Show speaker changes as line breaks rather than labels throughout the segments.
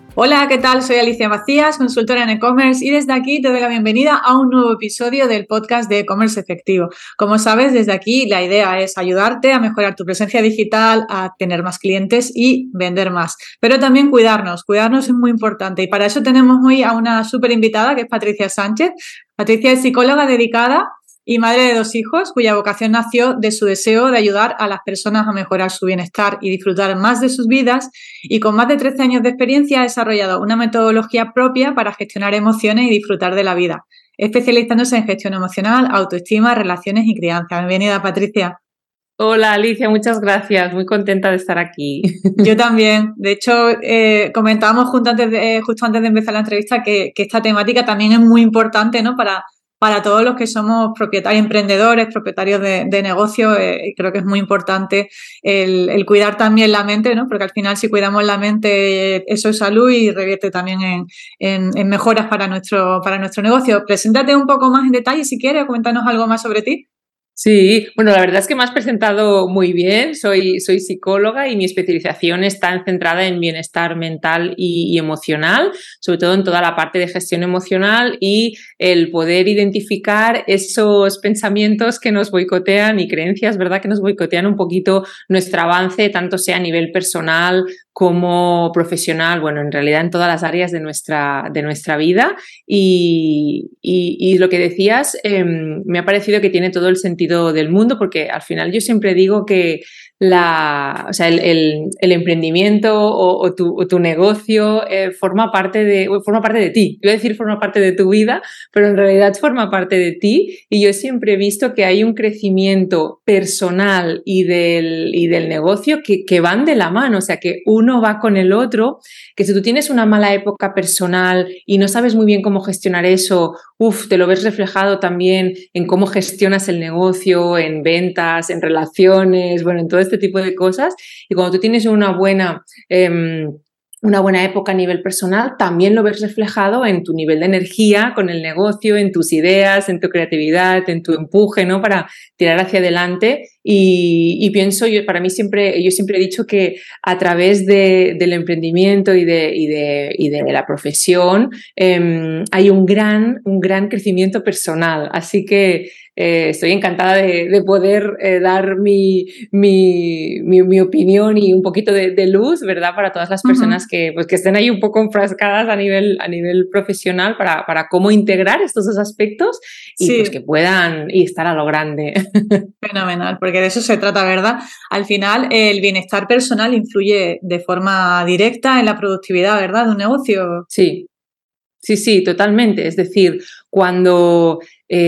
Hola, ¿qué tal? Soy Alicia Macías, consultora en e-commerce y desde aquí te doy la bienvenida a un nuevo episodio del podcast de e-commerce efectivo. Como sabes, desde aquí la idea es ayudarte a mejorar tu presencia digital, a tener más clientes y vender más. Pero también cuidarnos es muy importante y para eso tenemos hoy a una súper invitada que es Patricia Sánchez. Patricia es psicóloga dedicada y madre de 2 hijos, cuya vocación nació de su deseo de ayudar a las personas a mejorar su bienestar y disfrutar más de sus vidas, y con más de 13 años de experiencia ha desarrollado una metodología propia para gestionar emociones y disfrutar de la vida, especializándose en gestión emocional, autoestima, relaciones y crianza. Bienvenida, Patricia.
Hola Alicia, muchas gracias, muy contenta de estar aquí.
Yo también. De hecho, comentábamos justo antes de empezar la entrevista que esta temática también es muy importante, ¿no? Para todos los que somos propietarios, emprendedores, propietarios de negocios, creo que es muy importante el cuidar también la mente, ¿no? Porque al final si cuidamos la mente, eso es salud y revierte también en mejoras para nuestro negocio. Preséntate un poco más en detalle si quieres, cuéntanos algo más sobre ti.
Sí, bueno, la verdad es que me has presentado muy bien. Soy psicóloga y mi especialización está centrada en bienestar mental y emocional, sobre todo en toda la parte de gestión emocional y el poder identificar esos pensamientos que nos boicotean y creencias, ¿verdad?, que nos boicotean un poquito nuestro avance, tanto sea a nivel personal como profesional, bueno, en realidad en todas las áreas de nuestra vida. Y lo que decías, me ha parecido que tiene todo el sentido del mundo, porque al final yo siempre digo que el emprendimiento o tu negocio forma parte de ti. Iba a decir forma parte de tu vida, pero en realidad forma parte de ti. Y yo siempre he visto que hay un crecimiento personal y del negocio que van de la mano, o sea, que uno va con el otro, que si tú tienes una mala época personal y no sabes muy bien cómo gestionar eso, te lo ves reflejado también en cómo gestionas el negocio, en ventas, en relaciones, bueno, en todo este tipo de cosas. Y cuando tú tienes una buena época a nivel personal, también lo ves reflejado en tu nivel de energía con el negocio, en tus ideas, en tu creatividad, en tu empuje, ¿no?, para tirar hacia adelante. Y pienso, yo siempre he dicho que a través del emprendimiento y de la profesión hay un gran crecimiento personal. Así que estoy encantada de poder dar mi opinión y un poquito de luz, ¿verdad?, para todas las personas que estén ahí un poco enfrascadas a nivel profesional para cómo integrar estos 2 aspectos y
Sí.
pues que puedan estar a lo grande.
Fenomenal, porque de eso se trata, ¿verdad? Al final, el bienestar personal influye de forma directa en la productividad, ¿verdad?, de un negocio.
Sí, totalmente. Es decir, cuando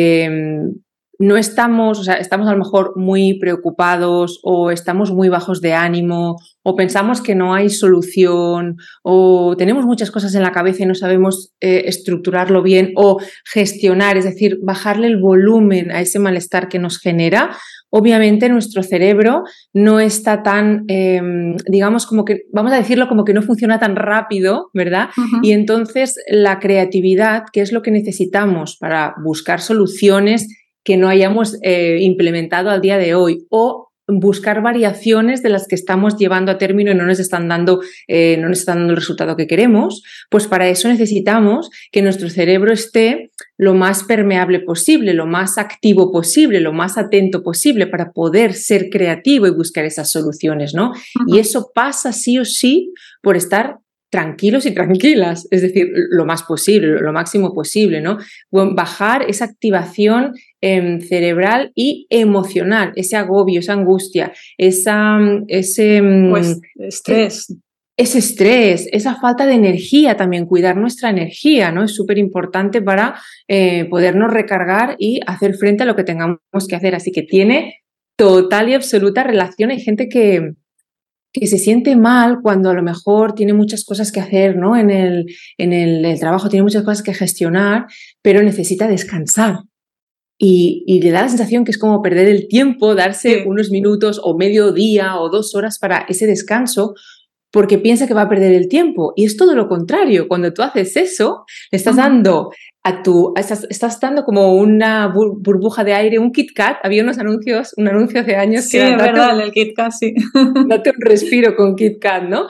no estamos, estamos a lo mejor muy preocupados o estamos muy bajos de ánimo o pensamos que no hay solución o tenemos muchas cosas en la cabeza y no sabemos estructurarlo bien o gestionar, es decir, bajarle el volumen a ese malestar que nos genera. Obviamente nuestro cerebro no está tan, digamos, como que, vamos a decirlo, como que no funciona tan rápido, ¿verdad? Y entonces la creatividad, que es lo que necesitamos para buscar soluciones que no hayamos implementado al día de hoy, o buscar variaciones de las que estamos llevando a término y no nos están dando el resultado que queremos, pues para eso necesitamos que nuestro cerebro esté lo más permeable posible, lo más activo posible, lo más atento posible para poder ser creativo y buscar esas soluciones, ¿no? Y eso pasa sí o sí por estar tranquilos y tranquilas, es decir, lo más posible, lo máximo posible, ¿no? Bajar esa activación cerebral y emocional, ese agobio, esa angustia, ese
estrés.
Ese estrés, esa falta de energía también, cuidar nuestra energía, ¿no? Es súper importante para podernos recargar y hacer frente a lo que tengamos que hacer. Así que tiene total y absoluta relación. Hay gente que se siente mal cuando a lo mejor tiene muchas cosas que hacer, ¿no? En el trabajo tiene muchas cosas que gestionar, pero necesita descansar. Y le da la sensación que es como perder el tiempo, darse unos minutos o medio día o 2 horas para ese descanso, porque piensa que va a perder el tiempo. Y es todo lo contrario. Cuando tú haces eso, le estás dando estás dando como una burbuja de aire, un Kit Kat. Había un anuncio hace años
sí,
que era,
es verdad, el Kit Kat, sí.
date un respiro con Kit Kat, ¿no?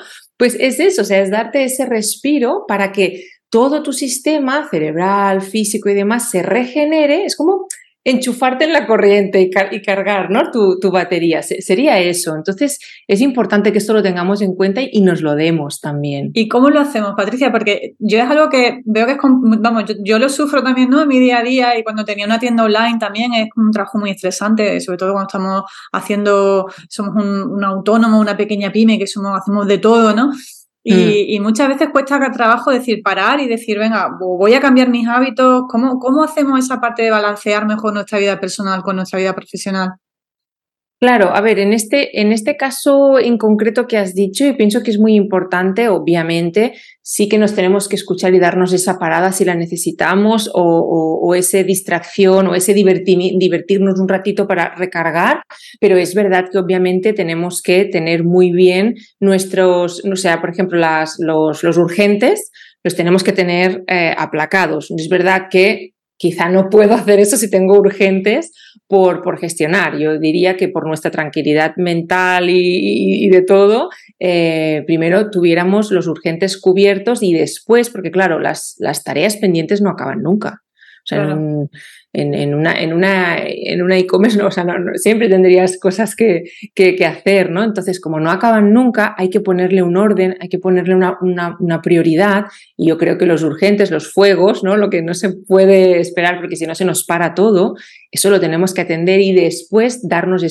Pues es eso, o sea, es darte ese respiro para que todo tu sistema cerebral, físico y demás se regenere. Es como enchufarte en la corriente y cargar, ¿no? tu batería. Sería eso. Entonces, es importante que esto lo tengamos en cuenta y nos lo demos también.
¿Y cómo lo hacemos, Patricia? Porque yo es algo que veo que es, vamos, yo lo sufro también, ¿no? En mi día a día, y cuando tenía una tienda online también es un trabajo muy estresante, sobre todo cuando estamos somos un autónomo, una pequeña pyme, que hacemos de todo, ¿no? Y muchas veces cuesta trabajo decir parar y decir, venga, voy a cambiar mis hábitos. ¿Cómo hacemos esa parte de balancear mejor nuestra vida personal con nuestra vida profesional?
Claro, a ver, en este caso en concreto que has dicho, yo pienso que es muy importante, obviamente, sí que nos tenemos que escuchar y darnos esa parada si la necesitamos o esa distracción o ese divertirnos un ratito para recargar, pero es verdad que obviamente tenemos que tener muy bien nuestros, o sea, por ejemplo, los urgentes los tenemos que tener aplacados. Es verdad que quizá no puedo hacer eso si tengo urgentes por gestionar. Yo diría que por nuestra tranquilidad mental y de todo, primero tuviéramos los urgentes cubiertos y después, porque claro, las tareas pendientes no acaban nunca. O sea, claro. en una e-commerce no, o sea, no, siempre tendrías cosas que hacer, ¿no? Entonces, como no acaban nunca, hay que ponerle un orden, hay que ponerle una prioridad, y yo creo que los urgentes, los fuegos, ¿no? Lo que no se puede esperar porque si no se nos para todo, eso lo tenemos que atender y después darnos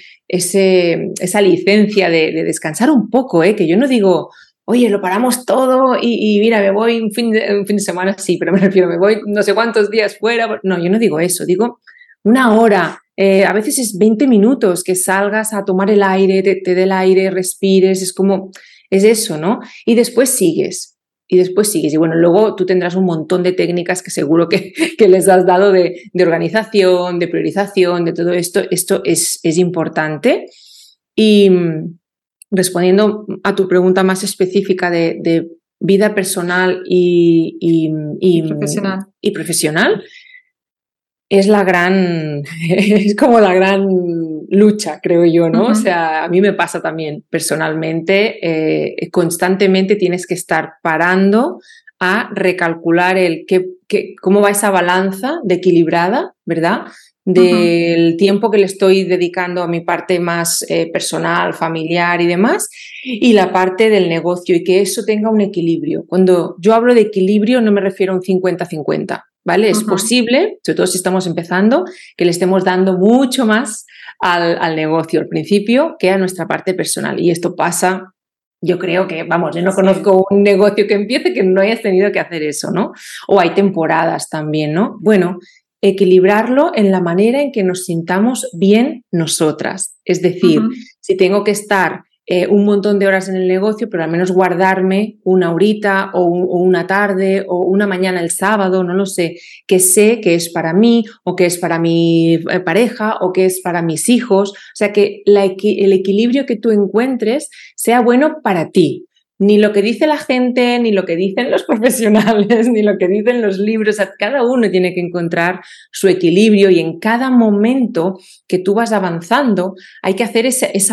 esa licencia de descansar un poco, que yo no digo, oye, lo paramos todo y mira, me voy un fin de semana, sí, pero me refiero, me voy no sé cuántos días fuera. No, yo no digo eso, digo una hora, a veces es 20 minutos que salgas a tomar el aire, te dé el aire, respires, es eso, ¿no? Y después sigues. Y bueno, luego tú tendrás un montón de técnicas que seguro que les has dado de organización, de priorización, de todo esto. Esto es importante. Y respondiendo a tu pregunta más específica de vida personal y profesional, es como la gran lucha, creo yo, ¿no? Uh-huh. O sea, a mí me pasa también personalmente, constantemente tienes que estar parando a recalcular cómo va esa balanza de equilibrada, ¿verdad? Del tiempo que le estoy dedicando a mi parte más personal, familiar y demás, y la parte del negocio, y que eso tenga un equilibrio. Cuando yo hablo de equilibrio no me refiero a un 50-50, ¿vale? Es posible, sobre todo si estamos empezando, que le estemos dando mucho más al negocio al principio que a nuestra parte personal, y esto pasa. Yo creo que, vamos, yo no conozco un negocio que empiece que no hayas tenido que hacer eso, ¿no? O hay temporadas también, ¿no? Bueno, equilibrarlo en la manera en que nos sintamos bien nosotras. Es decir, si tengo que estar un montón de horas en el negocio, pero al menos guardarme una horita o una tarde o una mañana el sábado, no lo sé, que sé que es para mí o que es para mi pareja o que es para mis hijos. O sea, que el equilibrio que tú encuentres sea bueno para ti. Ni lo que dice la gente, ni lo que dicen los profesionales, ni lo que dicen los libros. Cada uno tiene que encontrar su equilibrio, y en cada momento que tú vas avanzando hay que hacer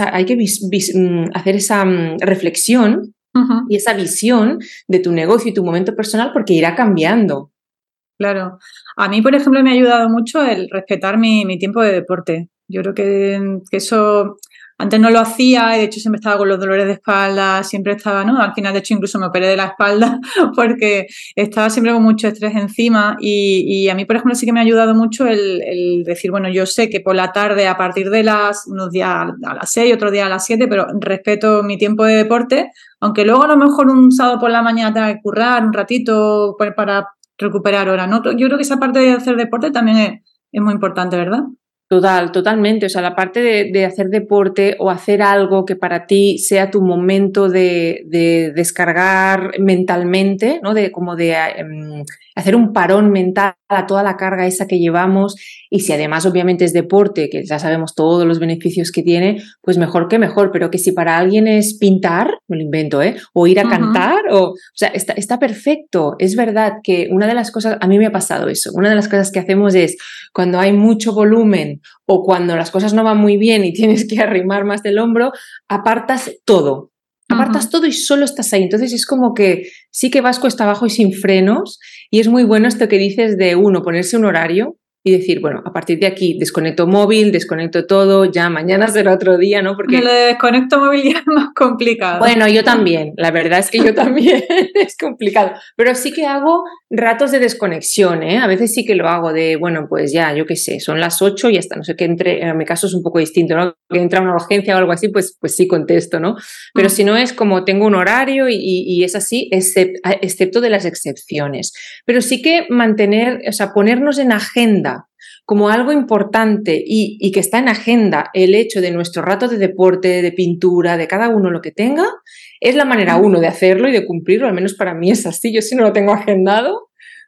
hacer esa reflexión y esa visión de tu negocio y tu momento personal, porque irá cambiando.
Claro. A mí, por ejemplo, me ha ayudado mucho el respetar mi tiempo de deporte. Yo creo que eso... Antes no lo hacía, y de hecho siempre estaba con los dolores de espalda, siempre estaba, ¿no? Al final, de hecho, incluso me operé de la espalda porque estaba siempre con mucho estrés encima, y a mí, por ejemplo, sí que me ha ayudado mucho el decir, bueno, yo sé que por la tarde, a partir de unos días a las 6, otros días a las 7, pero respeto mi tiempo de deporte, aunque luego a lo mejor un sábado por la mañana tenga que currar un ratito para recuperar horas, ¿no? Yo creo que esa parte de hacer deporte también es muy importante, ¿verdad?
Totalmente. O sea, la parte de hacer deporte o hacer algo que para ti sea tu momento de descargar mentalmente, ¿no? De hacer un parón mental a toda la carga esa que llevamos, y si además obviamente es deporte, que ya sabemos todos los beneficios que tiene, pues mejor que mejor. Pero que si para alguien es pintar, me lo invento, o ir a cantar, o sea, está perfecto. Es verdad que una de las cosas, a mí me ha pasado eso, una de las cosas que hacemos es, cuando hay mucho volumen o cuando las cosas no van muy bien y tienes que arrimar más del hombro, apartas todo. apartas todo y solo estás ahí. Entonces es como que sí que vas cuesta abajo y sin frenos, y es muy bueno esto que dices de ponerse un horario y decir, bueno, a partir de aquí desconecto móvil, desconecto todo, ya mañana será otro día, ¿no? Porque
Lo de desconecto móvil ya es más complicado.
bueno, yo también, la verdad es que yo también, es complicado, pero sí que hago ratos de desconexión, ¿eh? A veces sí que lo hago de, bueno, pues ya, yo qué sé, son las 8 y hasta no sé qué entre, en mi caso es un poco distinto, ¿no? Que entra una urgencia o algo así, pues sí contesto, ¿no? Pero si no es como tengo un horario y es así, excepto de las excepciones. Pero sí que mantener, o sea, ponernos en agenda como algo importante y que está en agenda el hecho de nuestro rato de deporte, de pintura, de cada uno lo que tenga, es la manera de hacerlo y de cumplirlo, al menos para mí es así. Yo si no lo tengo agendado,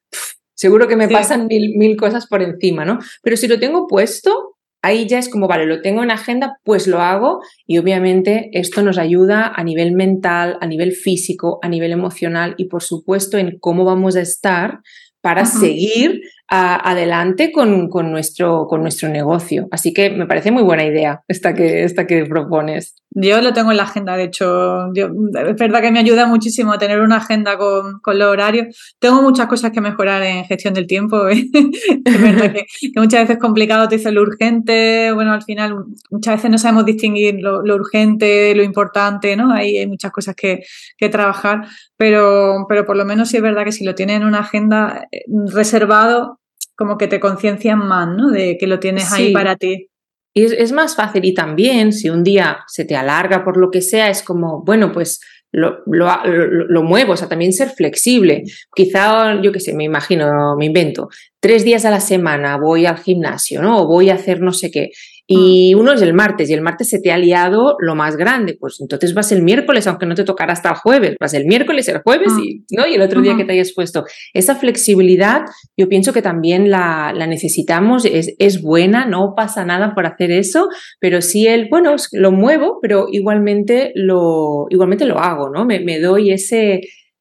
seguro que me pasan mil cosas por encima, ¿no? Pero si lo tengo puesto, ahí ya es como, vale, lo tengo en agenda, pues lo hago, y obviamente esto nos ayuda a nivel mental, a nivel físico, a nivel emocional y por supuesto en cómo vamos a estar para seguir adelante con nuestro negocio. Así que me parece muy buena idea esta que propones.
Yo lo tengo en la agenda, de hecho, es verdad que me ayuda muchísimo tener una agenda con los horarios. Tengo muchas cosas que mejorar en gestión del tiempo. Es verdad que muchas veces es complicado, te dicen lo urgente, bueno, al final muchas veces no sabemos distinguir lo urgente, lo importante, ¿no? Hay muchas cosas que trabajar, pero por lo menos sí es verdad que si lo tienes en una agenda reservado, como que te conciencias más, ¿no? De que lo tienes ahí para ti.
Y es más fácil, y también si un día se te alarga por lo que sea, es como, bueno, pues lo muevo, o sea, también ser flexible. Quizá, yo qué sé, me imagino, me invento, 3 días a la semana voy al gimnasio, ¿no? O voy a hacer no sé qué. Y uno es el martes, y el martes se te ha liado lo más grande, pues entonces vas el miércoles, aunque no te tocará hasta el jueves, vas el miércoles, el jueves, ¿no? Y el otro día que te hayas puesto. Esa flexibilidad, yo pienso que también la necesitamos, es buena, no pasa nada por hacer eso, pero sí lo muevo, pero igualmente lo hago, ¿no? Me doy ese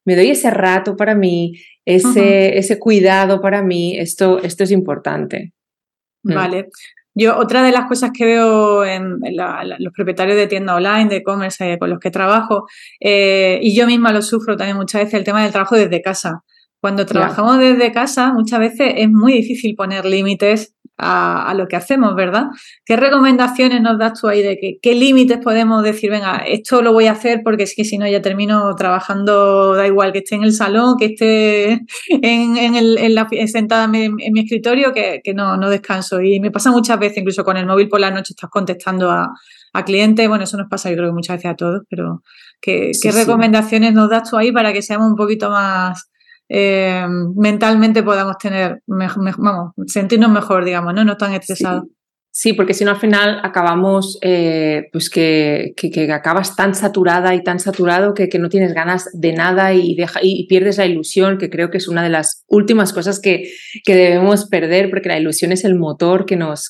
rato para mí, ese cuidado para mí, esto es importante.
Vale. Yo, otra de las cosas que veo en los propietarios de tiendas online, de e-commerce con los que trabajo, y yo misma lo sufro también muchas veces, el tema del trabajo desde casa. Cuando trabajamos desde casa, muchas veces es muy difícil poner límites a lo que hacemos, ¿verdad? ¿Qué recomendaciones nos das tú ahí de qué límites podemos decir, venga, esto lo voy a hacer porque es que si no ya termino trabajando, da igual que esté en el salón, que esté sentada en mi escritorio, que no descanso? Y me pasa muchas veces, incluso con el móvil por la noche estás contestando a clientes, bueno, eso nos pasa yo creo que muchas veces a todos, pero ¿qué recomendaciones nos das tú ahí para que seamos un poquito más... mentalmente podamos tener, vamos, sentirnos mejor, digamos, no tan estresados?
Sí, porque si no al final acabamos, pues que acabas tan saturada y tan saturado que no tienes ganas de nada y pierdes la ilusión, que creo que es una de las últimas cosas que debemos perder, porque la ilusión es el motor que nos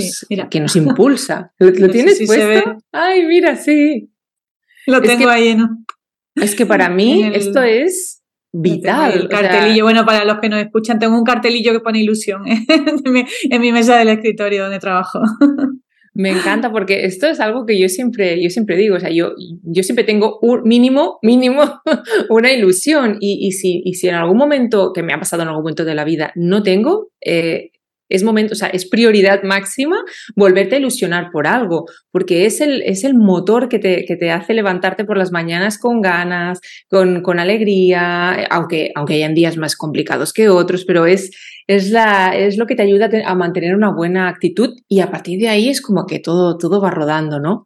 impulsa. ¿Lo tienes puesto? Ay, mira, sí.
Lo tengo ahí, ¿no?
Es que para mí esto es vital.
El cartelillo, bueno, para los que nos escuchan, tengo un cartelillo que pone ilusión en mi mesa del escritorio donde trabajo.
Me encanta porque esto es algo que yo siempre digo, o sea, yo siempre tengo un mínimo una ilusión y si en algún momento, que me ha pasado en algún momento de la vida, no tengo, es momento, o sea, es prioridad máxima volverte a ilusionar por algo, porque es el motor que te hace levantarte por las mañanas con ganas, con alegría, aunque hayan días más complicados que otros, pero es lo que te ayuda a mantener una buena actitud, y a partir de ahí es como que todo va rodando, ¿no?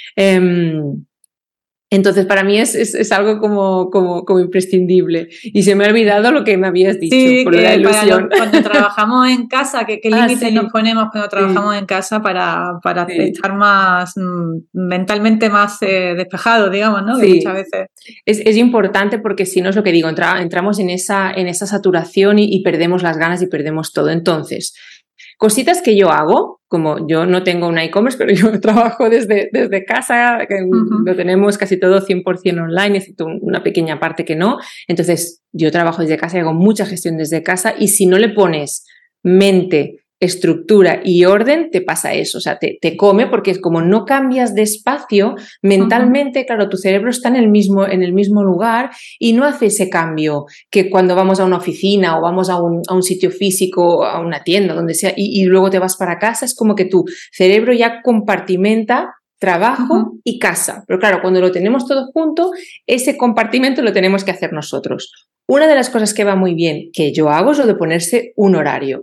Entonces, para mí es algo como imprescindible. Y se me ha olvidado lo que me habías dicho, por la ilusión.
Cuando trabajamos en casa, ¿qué límites nos ponemos cuando trabajamos en casa para estar más mentalmente más despejados, digamos, ¿no? Que muchas veces.
Es importante porque si no es lo que digo, entramos en esa saturación y perdemos las ganas y perdemos todo. Entonces, cositas que yo hago, como yo no tengo una e-commerce, pero yo trabajo desde casa, que lo tenemos casi todo 100% online, excepto una pequeña parte que no. Entonces, yo trabajo desde casa y hago mucha gestión desde casa, y si no le pones mente estructura y orden, te pasa eso, o sea, te come, porque es como no cambias de espacio, mentalmente, claro, tu cerebro está en el mismo lugar y no hace ese cambio que cuando vamos a una oficina o vamos a un sitio físico, a una tienda, donde sea, y luego te vas para casa, es como que tu cerebro ya compartimenta trabajo y casa. Pero claro, cuando lo tenemos todo junto, ese compartimento lo tenemos que hacer nosotros. Una de las cosas que va muy bien, que yo hago, es lo de ponerse un horario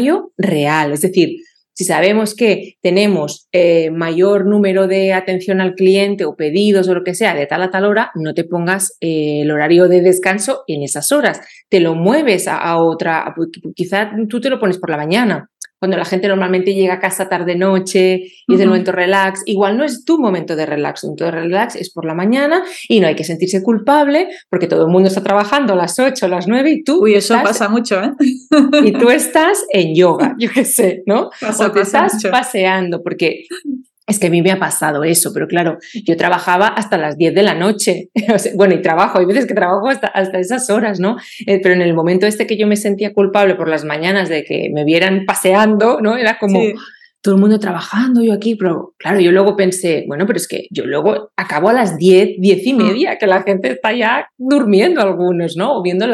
real. Es decir, si sabemos que tenemos mayor número de atención al cliente o pedidos o lo que sea de tal a tal hora, no te pongas el horario de descanso en esas horas. Te lo mueves a otra, quizá tú te lo pones por la mañana, cuando la gente normalmente llega a casa tarde-noche y es el momento relax. Igual no es tu momento de relax, tu momento de relax es por la mañana y no hay que sentirse culpable porque todo el mundo está trabajando a las 8, a las 9 y tú...
Uy, eso pasa mucho, ¿eh?
Y tú estás en yoga, yo qué sé, ¿no? O te estás
mucho.
paseando, porque... Es que a mí me ha pasado eso, pero claro, yo trabajaba hasta las 10 de la noche. O sea, bueno, y trabajo, hay veces que trabajo hasta esas horas, ¿no? Pero en el momento que yo me sentía culpable por las mañanas de que me vieran paseando, ¿no? Era como todo el mundo trabajando, yo aquí, pero claro, yo luego pensé, bueno, pero es que yo luego acabo a las 10, 10 y media, que la gente está ya durmiendo algunos, ¿no? O viendo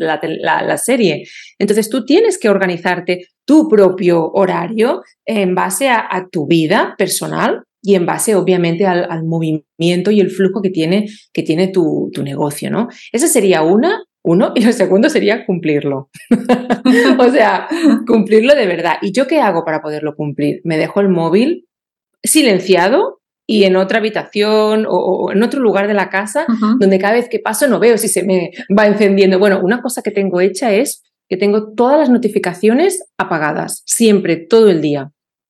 la serie. Entonces tú tienes que organizarte tu propio horario en base a tu vida personal y en base, obviamente, al movimiento y el flujo que tiene tu negocio, ¿no? Esa sería uno, y lo segundo sería cumplirlo. O sea, cumplirlo de verdad. ¿Y yo qué hago para poderlo cumplir? Me dejo el móvil silenciado y en otra habitación o en otro lugar de la casa donde cada vez que paso no veo si se me va encendiendo. Bueno, una cosa que tengo hecha es que tengo todas las notificaciones apagadas, siempre, todo el día.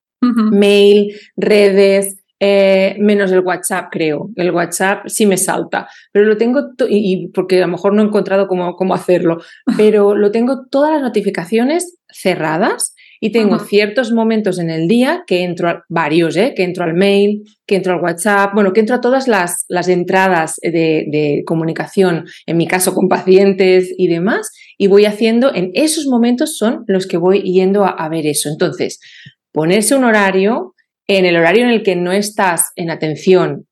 Mail, redes, menos el WhatsApp, creo. El WhatsApp sí me salta, pero lo tengo, y porque a lo mejor no he encontrado cómo hacerlo, pero lo tengo todas las notificaciones cerradas y tengo ciertos momentos en el día que entro, que entro al mail, que entro al WhatsApp, bueno, que entro a todas las entradas de comunicación, en mi caso con pacientes y demás, y voy haciendo, en esos momentos son los que voy yendo a ver eso. Entonces, ponerse un horario, en el horario en el que no estás en atención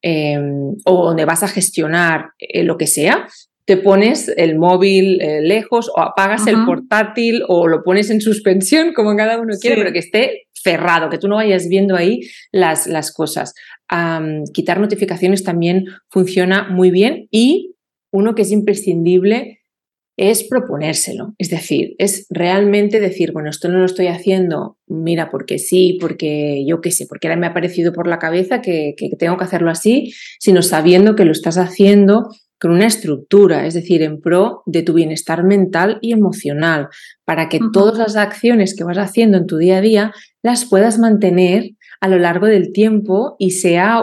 o donde vas a gestionar lo que sea, te pones el móvil lejos o apagas el portátil o lo pones en suspensión, como cada uno quiere, pero que esté cerrado, que tú no vayas viendo ahí las cosas. Quitar notificaciones también funciona muy bien y uno que es imprescindible es proponérselo, es decir, es realmente decir, bueno, esto no lo estoy haciendo, mira, porque sí, porque yo qué sé, porque ahora me ha parecido por la cabeza que tengo que hacerlo así, sino sabiendo que lo estás haciendo con una estructura, es decir, en pro de tu bienestar mental y emocional, para que todas las acciones que vas haciendo en tu día a día las puedas mantener a lo largo del tiempo y sea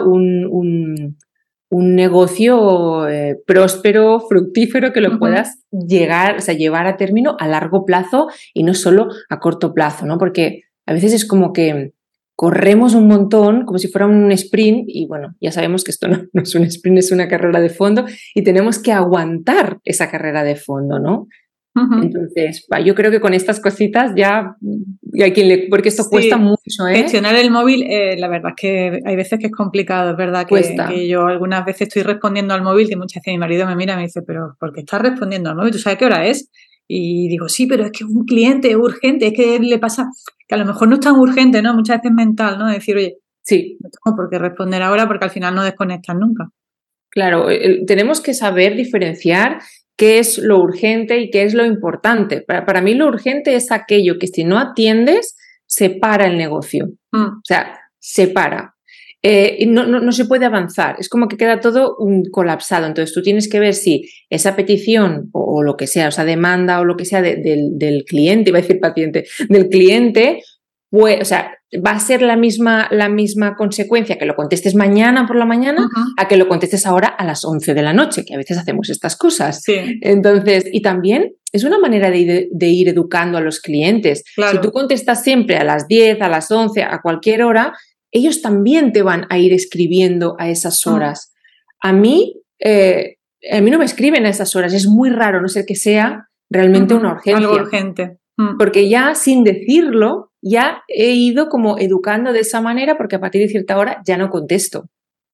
un negocio próspero, fructífero, que lo puedas llevar a término a largo plazo y no solo a corto plazo, ¿no? Porque a veces es como que corremos un montón, como si fuera un sprint, y bueno, ya sabemos que esto no es un sprint, es una carrera de fondo, y tenemos que aguantar esa carrera de fondo, ¿no? Entonces, yo creo que con estas cositas ya hay quien porque esto cuesta mucho, ¿eh?
Gestionar el móvil, la verdad es que hay veces que es complicado, es verdad que yo algunas veces estoy respondiendo al móvil y muchas veces mi marido me mira y me dice, pero ¿por qué estás respondiendo al móvil? ¿Tú sabes qué hora es? Y digo, sí, pero es que un cliente es urgente, es que le pasa, que a lo mejor no es tan urgente, ¿no? Muchas veces mental, ¿no? Decir, oye, no tengo por qué responder ahora porque al final no desconectas nunca.
Claro, tenemos que saber diferenciar qué es lo urgente y qué es lo importante. Para mí lo urgente es aquello que si no atiendes, se para el negocio. O sea, se para. Y no se puede avanzar. Es como que queda todo colapsado. Entonces tú tienes que ver si esa petición o lo que sea, o sea, demanda o lo que sea del cliente, iba a decir paciente, del cliente, pues, o sea, va a ser la misma consecuencia que lo contestes mañana por la mañana a que lo contestes ahora a las 11 de la noche, que a veces hacemos estas cosas. Entonces, y también es una manera de ir educando a los clientes. Si tú contestas siempre a las 10, a las 11, a cualquier hora, ellos también te van a ir escribiendo a esas horas. A mí no me escriben a esas horas, es muy raro, no ser que sea realmente una urgencia.
Algo urgente.
Porque ya sin decirlo, ya he ido como educando de esa manera, porque a partir de cierta hora ya no contesto.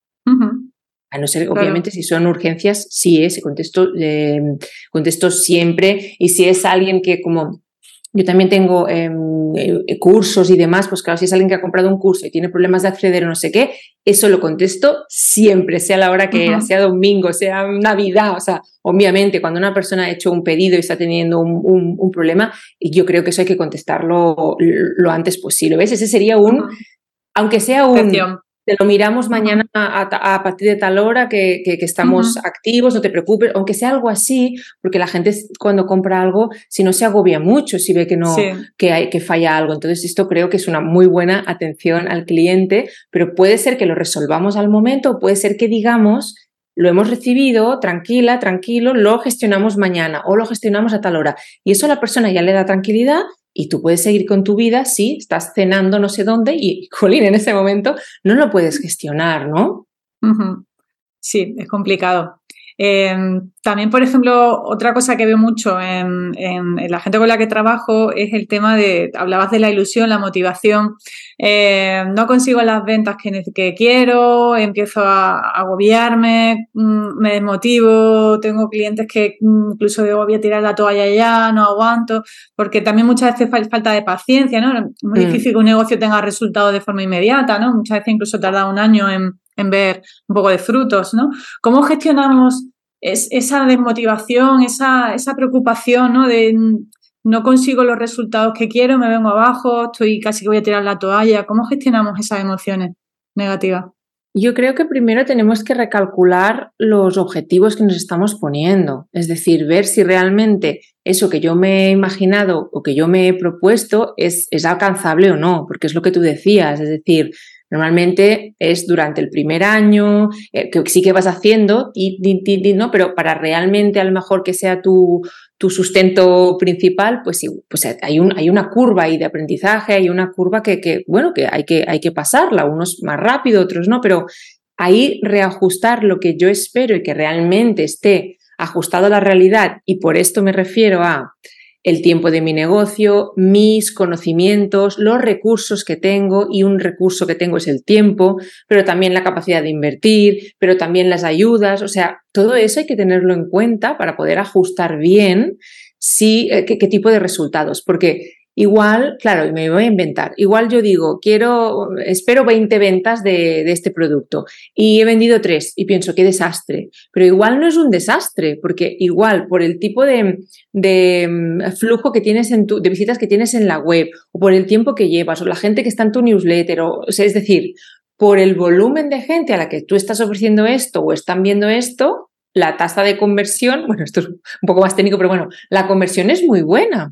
A no ser, obviamente, si son urgencias, sí, si contesto siempre. Y si es alguien que, como yo también tengo cursos y demás, pues claro, si es alguien que ha comprado un curso y tiene problemas de acceder o no sé qué, eso lo contesto siempre, sea la hora que sea domingo, sea Navidad. O sea, obviamente, cuando una persona ha hecho un pedido y está teniendo un problema, yo creo que eso hay que contestarlo lo antes posible. ¿Ves? Ese sería aunque sea te lo miramos mañana a partir de tal hora que estamos activos, no te preocupes, aunque sea algo así, porque la gente cuando compra algo, si no se agobia mucho, si ve que no, que falla algo. Entonces esto creo que es una muy buena atención al cliente, pero puede ser que lo resolvamos al momento, puede ser que digamos, lo hemos recibido, tranquila, tranquilo, lo gestionamos mañana o lo gestionamos a tal hora. Y eso a la persona ya le da tranquilidad. Y tú puedes seguir con tu vida si estás cenando no sé dónde y, jolín, en ese momento no lo puedes gestionar, ¿no?
Sí, es complicado. También, por ejemplo, otra cosa que veo mucho en la gente con la que trabajo es el tema hablabas de la ilusión, la motivación. No consigo las ventas que quiero, empiezo a agobiarme, me desmotivo, tengo clientes que incluso digo, voy a tirar la toalla ya, no aguanto, porque también muchas veces falta de paciencia, ¿no? Es muy difícil que un negocio tenga resultados de forma inmediata, ¿no? Muchas veces incluso tarda un año en ver un poco de frutos, ¿no? ¿Cómo gestionamos esa desmotivación, esa preocupación, ¿no? De no consigo los resultados que quiero, me vengo abajo, estoy casi que voy a tirar la toalla? ¿Cómo gestionamos esas emociones negativas?
Yo creo que primero tenemos que recalcular los objetivos que nos estamos poniendo, es decir, ver si realmente eso que yo me he imaginado o que yo me he propuesto es alcanzable o no, porque es lo que tú decías, es decir, normalmente es durante el primer año, que sí que vas haciendo, ¿no? Pero para realmente a lo mejor que sea tu sustento principal, pues hay una curva ahí de aprendizaje, hay una curva que hay que pasarla, unos más rápido, otros no, pero ahí reajustar lo que yo espero y que realmente esté ajustado a la realidad, y por esto me refiero a el tiempo de mi negocio, mis conocimientos, los recursos que tengo, y un recurso que tengo es el tiempo, pero también la capacidad de invertir, pero también las ayudas. O sea, todo eso hay que tenerlo en cuenta para poder ajustar bien qué tipo de resultados, porque igual, claro, me voy a inventar, igual yo digo, espero 20 ventas de este producto y he vendido 3 y pienso, qué desastre, pero igual no es un desastre, porque igual por el tipo de flujo que tienes de visitas que tienes en la web, o por el tiempo que llevas, o la gente que está en tu newsletter, o sea, es decir, por el volumen de gente a la que tú estás ofreciendo esto o están viendo esto, la tasa de conversión, bueno, esto es un poco más técnico, pero bueno, la conversión es muy buena.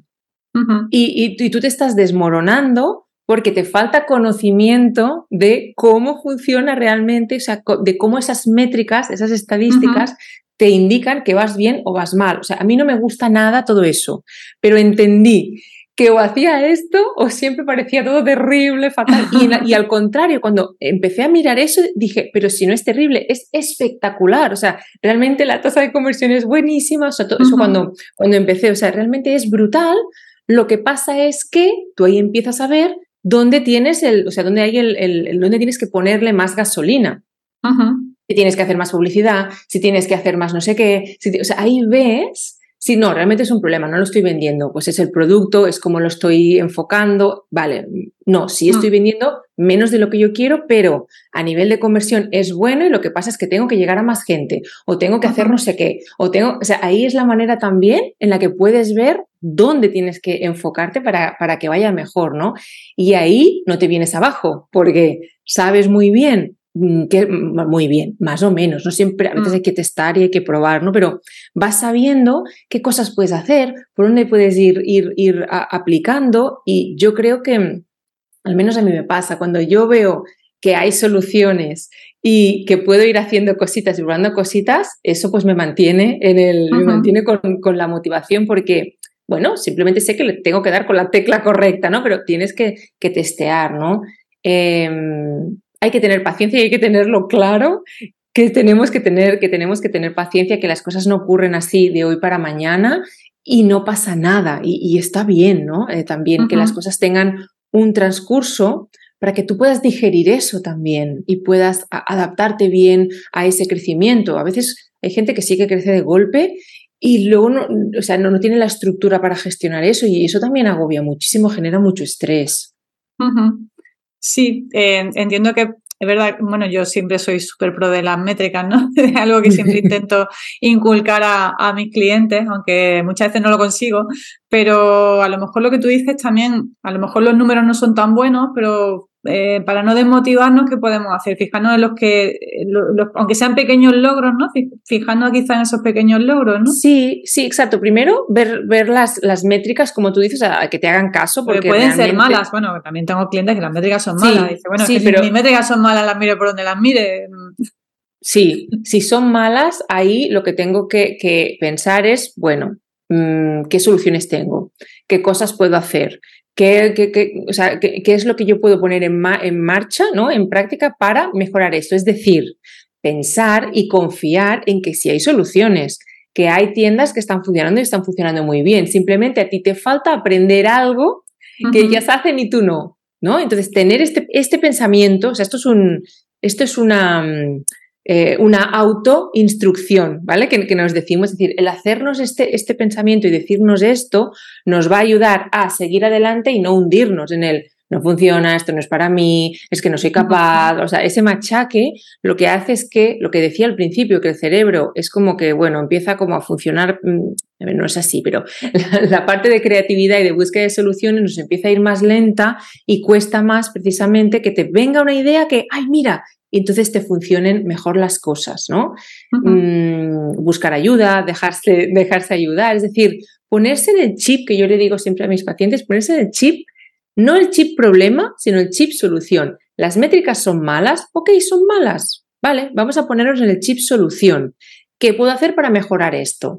Y tú te estás desmoronando porque te falta conocimiento de cómo funciona realmente, o sea, de cómo esas métricas, esas estadísticas te indican que vas bien o vas mal. O sea, a mí no me gusta nada todo eso, pero entendí que o hacía esto o siempre parecía todo terrible, fatal. Y al contrario, cuando empecé a mirar eso, dije, pero si no es terrible, es espectacular. O sea, realmente la tasa de conversión es buenísima. O sea, todo eso cuando empecé, o sea, realmente es brutal. Lo que pasa es que tú ahí empiezas a ver dónde tienes dónde hay dónde tienes que ponerle más gasolina. Si tienes que hacer más publicidad, si tienes que hacer más no sé qué. O sea, ahí ves si no, realmente es un problema, no lo estoy vendiendo. Pues es el producto, es como lo estoy enfocando. Vale, no, sí estoy vendiendo menos de lo que yo quiero, pero a nivel de conversión es bueno, y lo que pasa es que tengo que llegar a más gente, o tengo que hacer no sé qué, o sea, ahí es la manera también en la que puedes ver dónde tienes que enfocarte para que vaya mejor, ¿no? Y ahí no te vienes abajo, porque sabes muy bien muy bien, más o menos, no siempre, a veces hay que testar y hay que probar, ¿no? Pero vas sabiendo qué cosas puedes hacer, por dónde puedes ir aplicando, y yo creo que, al menos a mí me pasa, cuando yo veo que hay soluciones y que puedo ir haciendo cositas y probando cositas, eso pues me mantiene me mantiene con la motivación, porque, bueno, simplemente sé que le tengo que dar con la tecla correcta, ¿no? Pero tienes que testear, ¿no? Hay que tener paciencia y hay que tenerlo claro, que tenemos que tener paciencia, que las cosas no ocurren así de hoy para mañana, y no pasa nada y está bien, ¿no? También que las cosas tengan un transcurso para que tú puedas digerir eso también y puedas adaptarte bien a ese crecimiento. A veces hay gente que sí que crece de golpe y luego no tiene la estructura para gestionar eso y eso también agobia muchísimo, genera mucho estrés.
Sí, entiendo que es verdad, bueno, yo siempre soy súper pro de las métricas, ¿no? Es algo que siempre intento inculcar a mis clientes, aunque muchas veces no lo consigo, pero a lo mejor lo que tú dices también, a lo mejor los números no son tan buenos, pero para no desmotivarnos, ¿qué podemos hacer? Fijarnos en aunque sean pequeños logros, ¿no? Fijarnos quizá en esos pequeños logros, ¿no?
Sí, primero ver las métricas, como tú dices, a que te hagan caso. Porque
pueden ser malas, bueno, también tengo clientes que las métricas son malas. Dice, bueno,
sí,
es que si mis métricas son malas, las mire por donde las mire.
Sí, si son malas, ahí lo que tengo que pensar es, bueno, ¿qué soluciones tengo? ¿Qué cosas puedo hacer? ¿Qué es lo que yo puedo poner en marcha, ¿no? En práctica para mejorar esto? Es decir, pensar y confiar en que sí hay soluciones, que hay tiendas que están funcionando y están funcionando muy bien. Simplemente a ti te falta aprender algo que ellas hacen y tú no, ¿no? Entonces, tener este pensamiento, o sea, esto es una autoinstrucción, ¿vale? Que nos decimos, es decir, el hacernos este pensamiento y decirnos esto nos va a ayudar a seguir adelante y no hundirnos en el no funciona, esto no es para mí, es que no soy capaz. O sea, ese machaque lo que hace es que, lo que decía al principio, que el cerebro es como que, bueno, empieza como a funcionar, no es así, pero la parte de creatividad y de búsqueda de soluciones nos empieza a ir más lenta y cuesta más precisamente que te venga una idea que, ay, mira, y entonces te funcionen mejor las cosas, ¿no? Buscar ayuda, dejarse ayudar, es decir, ponerse en el chip, que yo le digo siempre a mis pacientes, ponerse en el chip, no el chip problema, sino el chip solución. Las métricas son malas, ok, son malas, vale, vamos a ponernos en el chip solución. ¿Qué puedo hacer para mejorar esto?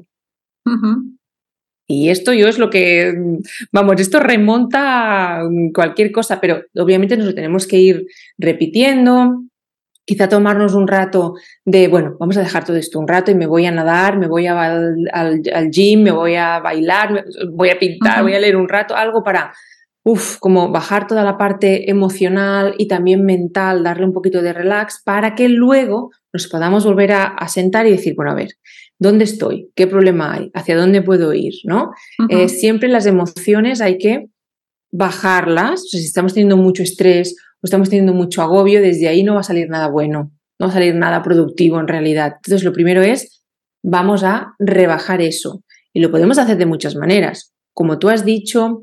Y esto yo es lo que, vamos, esto remonta a cualquier cosa, pero obviamente nos lo tenemos que ir repitiendo. Quizá tomarnos un rato de, bueno, vamos a dejar todo esto un rato y me voy a nadar, me voy al gym, me voy a bailar, voy a pintar, voy a leer un rato, algo para, como bajar toda la parte emocional y también mental, darle un poquito de relax para que luego nos podamos volver a sentar y decir, bueno, a ver, ¿dónde estoy? ¿Qué problema hay? ¿Hacia dónde puedo ir? ¿No? Siempre las emociones hay que bajarlas. O sea, si estamos teniendo mucho estrés o estamos teniendo mucho agobio, desde ahí no va a salir nada bueno, no va a salir nada productivo en realidad. Entonces, lo primero es, vamos a rebajar eso. Y lo podemos hacer de muchas maneras. Como tú has dicho,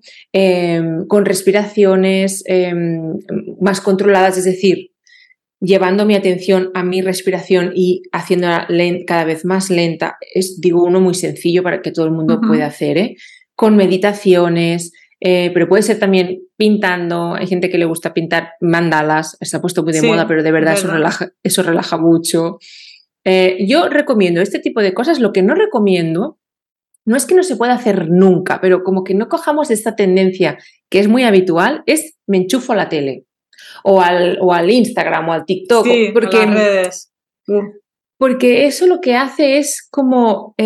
con respiraciones más controladas, es decir, llevando mi atención a mi respiración y haciéndola cada vez más lenta. Es, digo, uno muy sencillo para que todo el mundo pueda hacer, con meditaciones, pero puede ser también pintando. Hay gente que le gusta pintar mandalas, se ha puesto muy de moda, pero de verdad, eso relaja mucho. Yo recomiendo este tipo de cosas. Lo que no recomiendo no es que no se pueda hacer nunca, pero como que no cojamos esta tendencia que es muy habitual, es me enchufo a la tele o al Instagram o al TikTok.
Sí, porque, a las redes.
Porque eso lo que hace es como...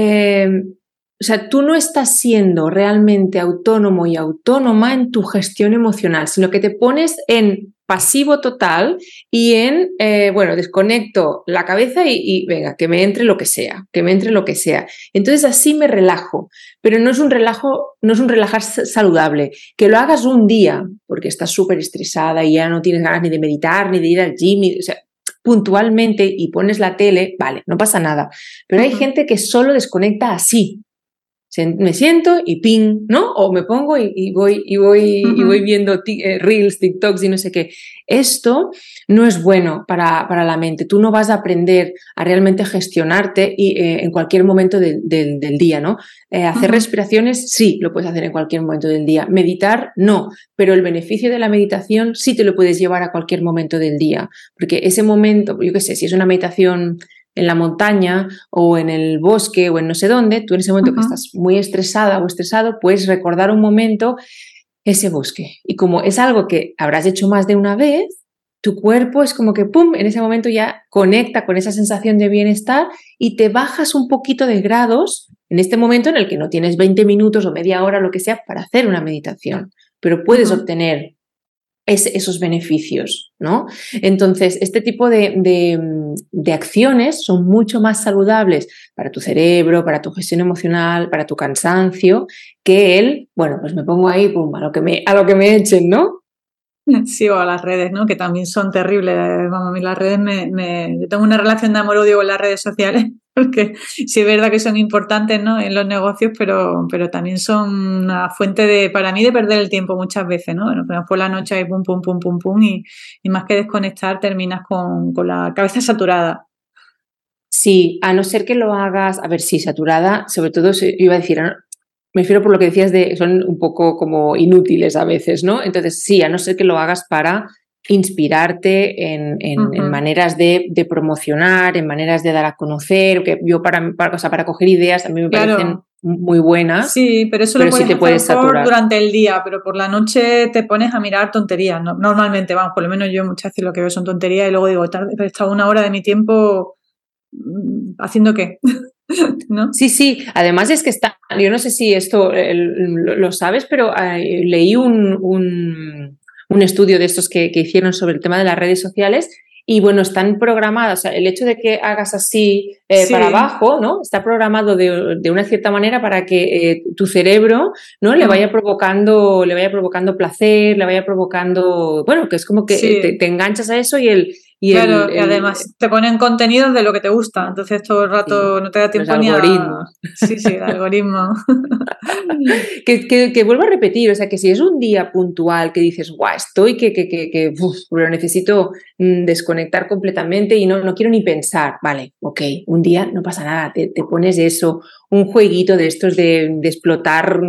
o sea, tú no estás siendo realmente autónomo y autónoma en tu gestión emocional, sino que te pones en pasivo total y en, desconecto la cabeza y venga, que me entre lo que sea, Entonces así me relajo, pero no es un relajar saludable. Que lo hagas un día porque estás súper estresada y ya no tienes ganas ni de meditar, ni de ir al gym, o sea, puntualmente y pones la tele, vale, no pasa nada. Pero hay gente que solo desconecta así. Me siento y ping, ¿no? O me pongo y voy viendo reels, TikToks y no sé qué. Esto no es bueno para la mente. Tú no vas a aprender a realmente gestionarte en cualquier momento del día, ¿no? Hacer respiraciones, sí, lo puedes hacer en cualquier momento del día. Meditar, no. Pero el beneficio de la meditación sí te lo puedes llevar a cualquier momento del día. Porque ese momento, yo qué sé, si es una meditación en la montaña o en el bosque o en no sé dónde, tú en ese momento que estás muy estresada o estresado, puedes recordar un momento ese bosque. Y como es algo que habrás hecho más de una vez, tu cuerpo es como que, ¡pum!, en ese momento ya conecta con esa sensación de bienestar y te bajas un poquito de grados en este momento en el que no tienes 20 minutos o media hora, lo que sea, para hacer una meditación, pero puedes obtener esos beneficios, ¿no? Entonces, este tipo de acciones son mucho más saludables para tu cerebro, para tu gestión emocional, para tu cansancio, que bueno, pues me pongo ahí, pum, a lo que me echen, ¿no?
Sí, o a las redes, ¿no? Que también son terribles. Vamos, a mí las redes yo tengo una relación de amor-odio con las redes sociales, porque sí es verdad que son importantes, ¿no? En los negocios, pero también son una fuente para mí, de perder el tiempo muchas veces, ¿no? Bueno, pues por la noche hay pum, pum, pum, pum, pum, y más que desconectar terminas con la cabeza saturada.
Sí, a no ser que lo hagas, a ver, sí, saturada, sobre todo, iba a decir, me refiero por lo que decías son un poco como inútiles a veces, ¿no? Entonces, sí, a no ser que lo hagas para inspirarte en maneras de promocionar, en maneras de dar a conocer, que yo para coger ideas a mí me parecen muy buenas.
Sí, pero eso lo puedes hacer durante el día, pero por la noche te pones a mirar tonterías, ¿no? Normalmente, vamos, por lo menos yo muchas veces lo que veo son tonterías y luego digo, he estado una hora de mi tiempo ¿haciendo qué? ¿No?
Sí, además es que yo no sé si esto lo sabes, pero leí un estudio de estos que hicieron sobre el tema de las redes sociales y bueno, están programadas, o sea, el hecho de que hagas así para abajo, ¿no? Está programado de una cierta manera para que tu cerebro, ¿no? Le vaya provocando placer, le vaya provocando, bueno, que es como que te enganchas a eso y
además te ponen contenidos de lo que te gusta, entonces todo el rato no te da tiempo ni
algoritmos.
Sí, el algoritmo.
que vuelvo a repetir, o sea, que si es un día puntual que dices, guau, estoy pero necesito desconectar completamente y no quiero ni pensar, vale, ok, un día no pasa nada, te pones eso, un jueguito de estos de explotar,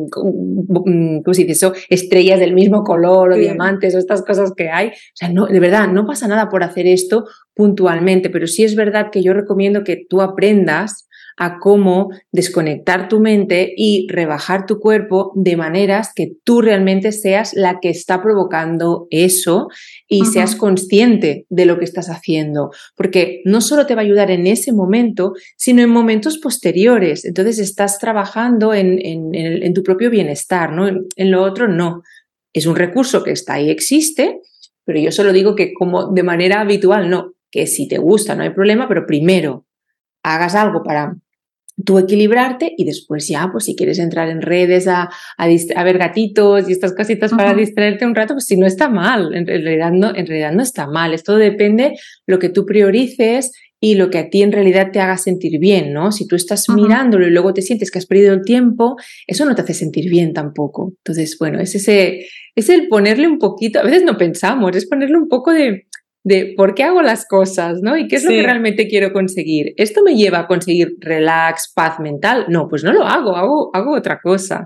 ¿cómo se dice eso? Estrellas del mismo color o diamantes o estas cosas que hay, o sea, no, de verdad, no pasa nada por hacer esto puntualmente, pero sí es verdad que yo recomiendo que tú aprendas a cómo desconectar tu mente y rebajar tu cuerpo de maneras que tú realmente seas la que está provocando eso y seas consciente de lo que estás haciendo, porque no solo te va a ayudar en ese momento, sino en momentos posteriores. Entonces estás trabajando en tu propio bienestar, ¿no? En lo otro no. Es un recurso que está ahí, existe, pero yo solo digo que como de manera habitual, no, que si te gusta no hay problema, pero primero hagas algo para tú equilibrarte y después ya, pues si quieres entrar en redes a ver gatitos y estas cositas para distraerte un rato, pues si no está mal, en realidad no está mal, esto depende lo que tú priorices y lo que a ti en realidad te haga sentir bien, ¿no? Si tú estás mirándolo y luego te sientes que has perdido el tiempo, eso no te hace sentir bien tampoco. Entonces, bueno, es el ponerle un poquito, a veces no pensamos, es ponerle un poco de por qué hago las cosas, ¿no? Y qué es lo que realmente quiero conseguir. ¿Esto me lleva a conseguir relax, paz mental? No, pues no lo hago otra cosa.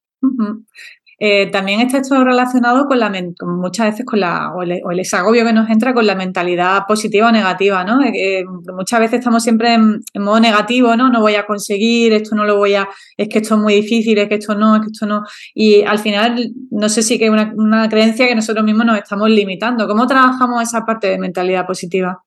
También está esto relacionado con muchas veces con el agobio que nos entra con la mentalidad positiva o negativa, ¿no? Muchas veces estamos siempre en modo negativo, ¿no? No voy a conseguir, es que esto es muy difícil, es que esto no. Y al final, no sé si que es una creencia que nosotros mismos nos estamos limitando. ¿Cómo trabajamos esa parte de mentalidad positiva?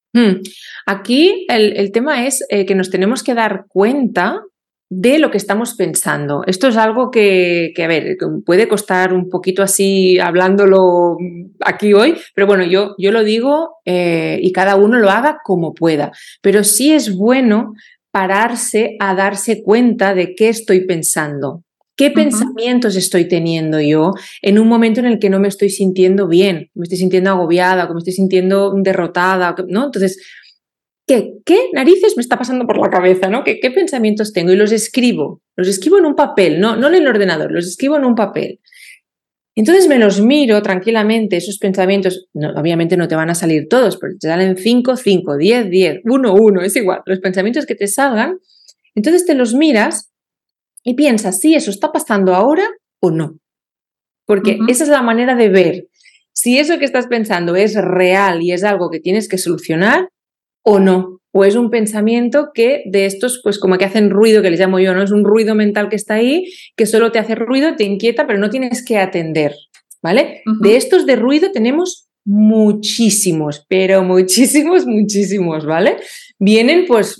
Aquí el tema es que nos tenemos que dar cuenta de lo que estamos pensando. Esto es algo que a ver, puede costar un poquito así hablándolo aquí hoy, pero bueno, yo lo digo y cada uno lo haga como pueda. Pero sí es bueno pararse a darse cuenta de qué estoy pensando. ¿Qué pensamientos estoy teniendo yo en un momento en el que no me estoy sintiendo bien, me estoy sintiendo agobiada, que me estoy sintiendo derrotada, ¿no? Entonces, ¿qué narices me está pasando por la cabeza, ¿no? ¿Qué pensamientos tengo? Y los escribo en un papel, no en el ordenador, los escribo en un papel. Entonces me los miro tranquilamente, esos pensamientos, obviamente no te van a salir todos, pero te salen 5, 5, 10, 10, 1, 1, es igual, los pensamientos que te salgan, entonces te los miras y piensas si eso está pasando ahora o no. Porque esa es la manera de ver si eso que estás pensando es real y es algo que tienes que solucionar o no. O es un pensamiento que de estos, pues como que hacen ruido, que les llamo yo, ¿no? Es un ruido mental que está ahí, que solo te hace ruido, te inquieta, pero no tienes que atender, ¿vale? De estos de ruido tenemos muchísimos, pero muchísimos, ¿vale? Vienen, pues,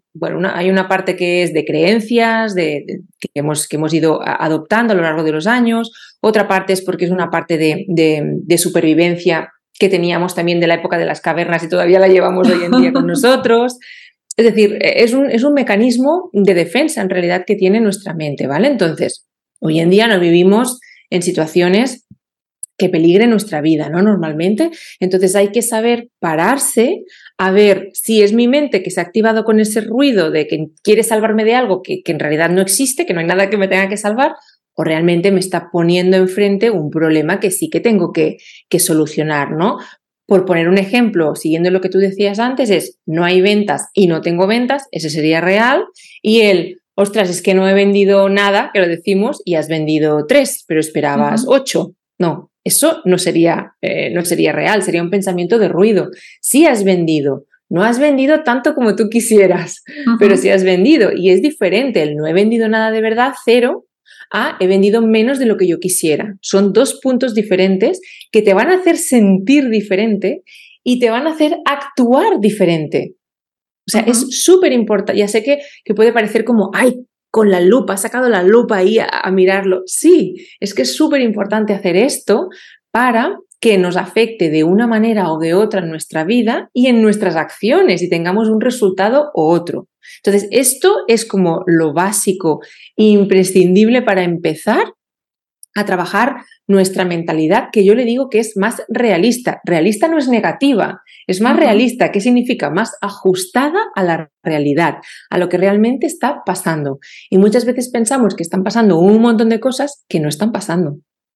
bueno, hay una parte que es de creencias, que hemos ido adoptando a lo largo de los años, otra parte es porque es una parte de supervivencia que teníamos también de la época de las cavernas y todavía la llevamos hoy en día con nosotros. Es decir, es un mecanismo de defensa en realidad que tiene nuestra mente, ¿vale? Entonces, hoy en día no vivimos en situaciones que peligre nuestra vida, ¿no? Normalmente. Entonces hay que saber pararse a ver si es mi mente que se ha activado con ese ruido de que quiere salvarme de algo que en realidad no existe, que no hay nada que me tenga que salvar, o realmente me está poniendo enfrente un problema que sí que tengo que solucionar, ¿no? Por poner un ejemplo, siguiendo lo que tú decías antes, es no hay ventas y no tengo ventas, ese sería real, y ostras, es que no he vendido nada, que lo decimos, y has vendido 3, pero esperabas 8. No, eso no sería real, sería un pensamiento de ruido. Sí has vendido, no has vendido tanto como tú quisieras, pero sí has vendido, y es diferente el no he vendido nada de verdad, 0, a he vendido menos de lo que yo quisiera. Son 2 puntos diferentes que te van a hacer sentir diferente y te van a hacer actuar diferente. O sea, es súper importante. Ya sé que puede parecer como, ¡ay! Con la lupa, has sacado la lupa ahí a mirarlo. Sí, es que es súper importante hacer esto para que nos afecte de una manera o de otra en nuestra vida y en nuestras acciones y tengamos un resultado u otro. Entonces, esto es como lo básico e imprescindible para empezar a trabajar nuestra mentalidad, que yo le digo que es más realista. Realista no es negativa, es más realista. ¿Qué significa? Más ajustada a la realidad, a lo que realmente está pasando. Y muchas veces pensamos que están pasando un montón de cosas que no están pasando.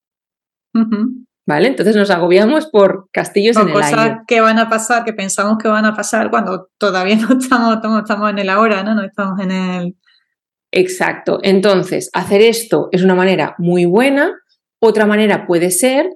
¿Vale? Entonces nos agobiamos por castillos en el aire.
Cosas que van a pasar, que pensamos que van a pasar cuando todavía no estamos en el ahora, ¿no? No estamos en el...
Exacto. Entonces, hacer esto es una manera muy buena. Otra manera puede ser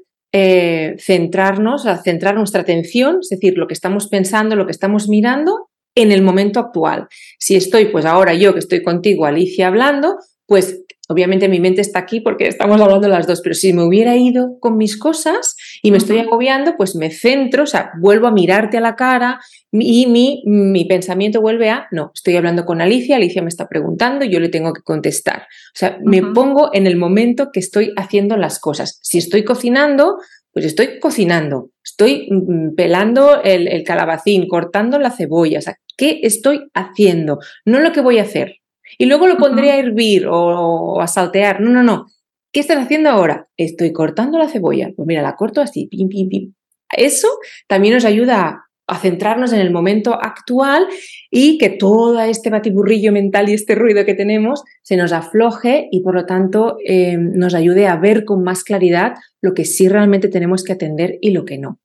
centrar nuestra atención, es decir, lo que estamos pensando, lo que estamos mirando en el momento actual. Si estoy, pues ahora yo que estoy contigo, Alicia, hablando, pues obviamente mi mente está aquí porque estamos hablando las dos, pero si me hubiera ido con mis cosas y me estoy agobiando, pues me centro, o sea, vuelvo a mirarte a la cara y mi pensamiento vuelve a, no, estoy hablando con Alicia, Alicia me está preguntando, yo le tengo que contestar. O sea, me pongo en el momento que estoy haciendo las cosas. Si estoy cocinando, pues estoy cocinando, estoy pelando el calabacín, cortando la cebolla, o sea, ¿qué estoy haciendo? No lo que voy a hacer. Y luego lo pondré a hervir o a saltear. No. ¿Qué estás haciendo ahora? Estoy cortando la cebolla. Pues mira, la corto así, pim, pim, pim. Eso también nos ayuda a centrarnos en el momento actual y que todo este batiburrillo mental y este ruido que tenemos se nos afloje y por lo tanto nos ayude a ver con más claridad lo que sí realmente tenemos que atender y lo que no.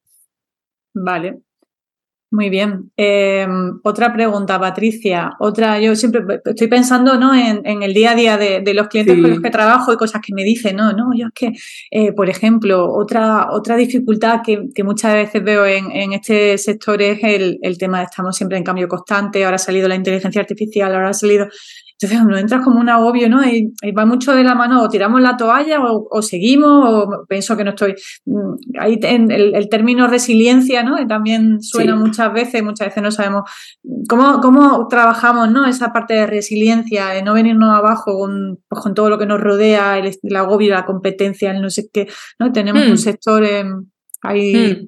Vale. Muy bien. Otra pregunta, Patricia. Yo siempre estoy pensando, ¿no? en el día a día de los clientes con los que trabajo y cosas que me dicen, yo es que, por ejemplo, otra dificultad que muchas veces veo en este sector es el tema de estamos siempre en cambio constante, ahora ha salido la inteligencia artificial, ahora ha salido... Entonces nos entra como un agobio, ¿no? Y va mucho de la mano, o tiramos la toalla o seguimos, o pienso que no estoy... Ahí el término resiliencia, ¿no? Que también suena muchas veces no sabemos cómo trabajamos, ¿no? Esa parte de resiliencia, de no venirnos abajo con todo lo que nos rodea, el agobio, la competencia, el no sé qué, ¿no? Tenemos un sector ahí...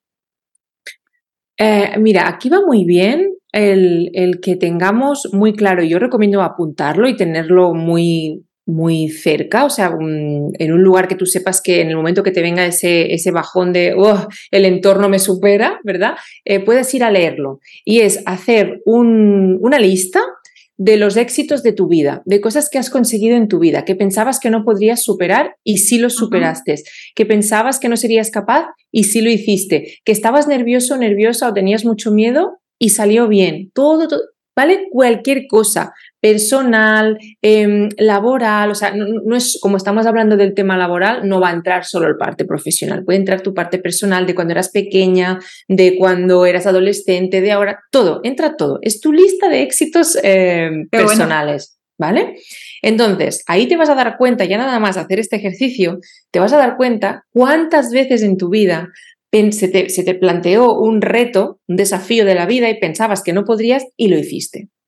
Mira, aquí va muy bien el que tengamos muy claro, yo recomiendo apuntarlo y tenerlo muy, muy cerca, o sea, en un lugar que tú sepas que en el momento que te venga ese bajón de el entorno me supera, ¿verdad? Puedes ir a leerlo y es hacer una lista de los éxitos de tu vida, de cosas que has conseguido en tu vida, que pensabas que no podrías superar y sí los superaste, que pensabas que no serías capaz y sí lo hiciste, que estabas nervioso, nerviosa o tenías mucho miedo y salió bien. Todo, ¿vale? Cualquier cosa, personal, laboral, o sea, no es como estamos hablando del tema laboral, no va a entrar solo el parte profesional, puede entrar tu parte personal de cuando eras pequeña, de cuando eras adolescente, de ahora, todo, entra todo. Es tu lista de éxitos personales, ¿vale? Entonces, ahí te vas a dar cuenta, ya nada más hacer este ejercicio, te vas a dar cuenta cuántas veces en tu vida se te planteó un reto, un desafío de la vida y pensabas que no podrías y lo hiciste.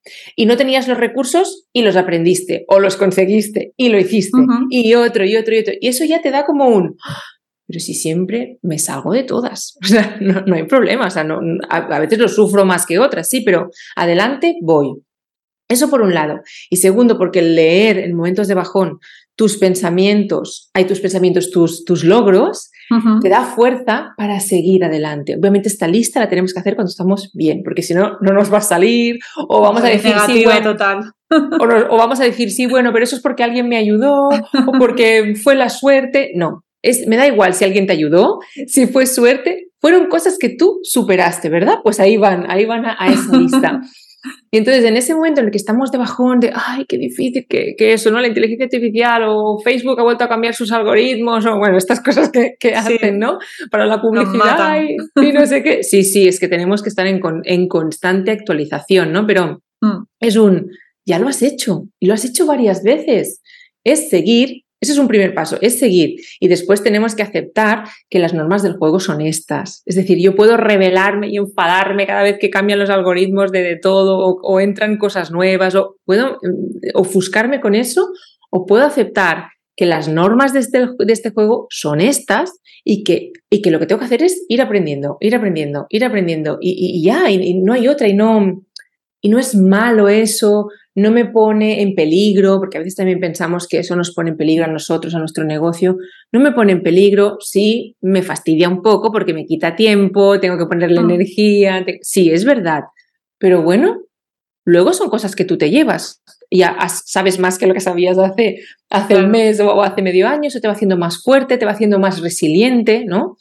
Y no tenías los recursos y los aprendiste, o los conseguiste y lo hiciste, y otro, y otro, y otro. Y eso ya te da como un... Pero si siempre me salgo de todas, o sea, no hay problema, o sea, a veces lo sufro más que otras, sí, pero adelante voy. Eso por un lado. Y segundo, porque el leer en momentos de bajón tus pensamientos, tus logros, te da fuerza para seguir adelante. Obviamente esta lista la tenemos que hacer cuando estamos bien, porque si no, no nos va a salir, o vamos a decir sí, bueno,
total.
O vamos a decir sí, bueno, pero eso es porque alguien me ayudó, o porque fue la suerte. No, me da igual si alguien te ayudó, si fue suerte, fueron cosas que tú superaste, ¿verdad? Pues ahí van a esa lista. Y entonces en ese momento en el que estamos de bajón, de ay, qué difícil que eso, ¿no? La inteligencia artificial o Facebook ha vuelto a cambiar sus algoritmos o bueno, estas cosas que hacen, ¿no? Para la publicidad y no sé qué. Sí, es que tenemos que estar en constante actualización, ¿no? Pero ya lo has hecho y lo has hecho varias veces. Es seguir. Ese es un primer paso, es seguir. Y después tenemos que aceptar que las normas del juego son estas. Es decir, yo puedo rebelarme y enfadarme cada vez que cambian los algoritmos de todo o entran cosas nuevas, o puedo ofuscarme con eso, o puedo aceptar que las normas de este juego son estas y que lo que tengo que hacer es ir aprendiendo y ya, y no hay otra, y no es malo eso. No me pone en peligro, porque a veces también pensamos que eso nos pone en peligro a nosotros, a nuestro negocio. No me pone en peligro, sí, me fastidia un poco porque me quita tiempo, tengo que ponerle energía. Sí, es verdad. Pero bueno, luego son cosas que tú te llevas. Ya sabes más que lo que sabías hace un mes o hace medio año, eso te va haciendo más fuerte, te va haciendo más resiliente, ¿no?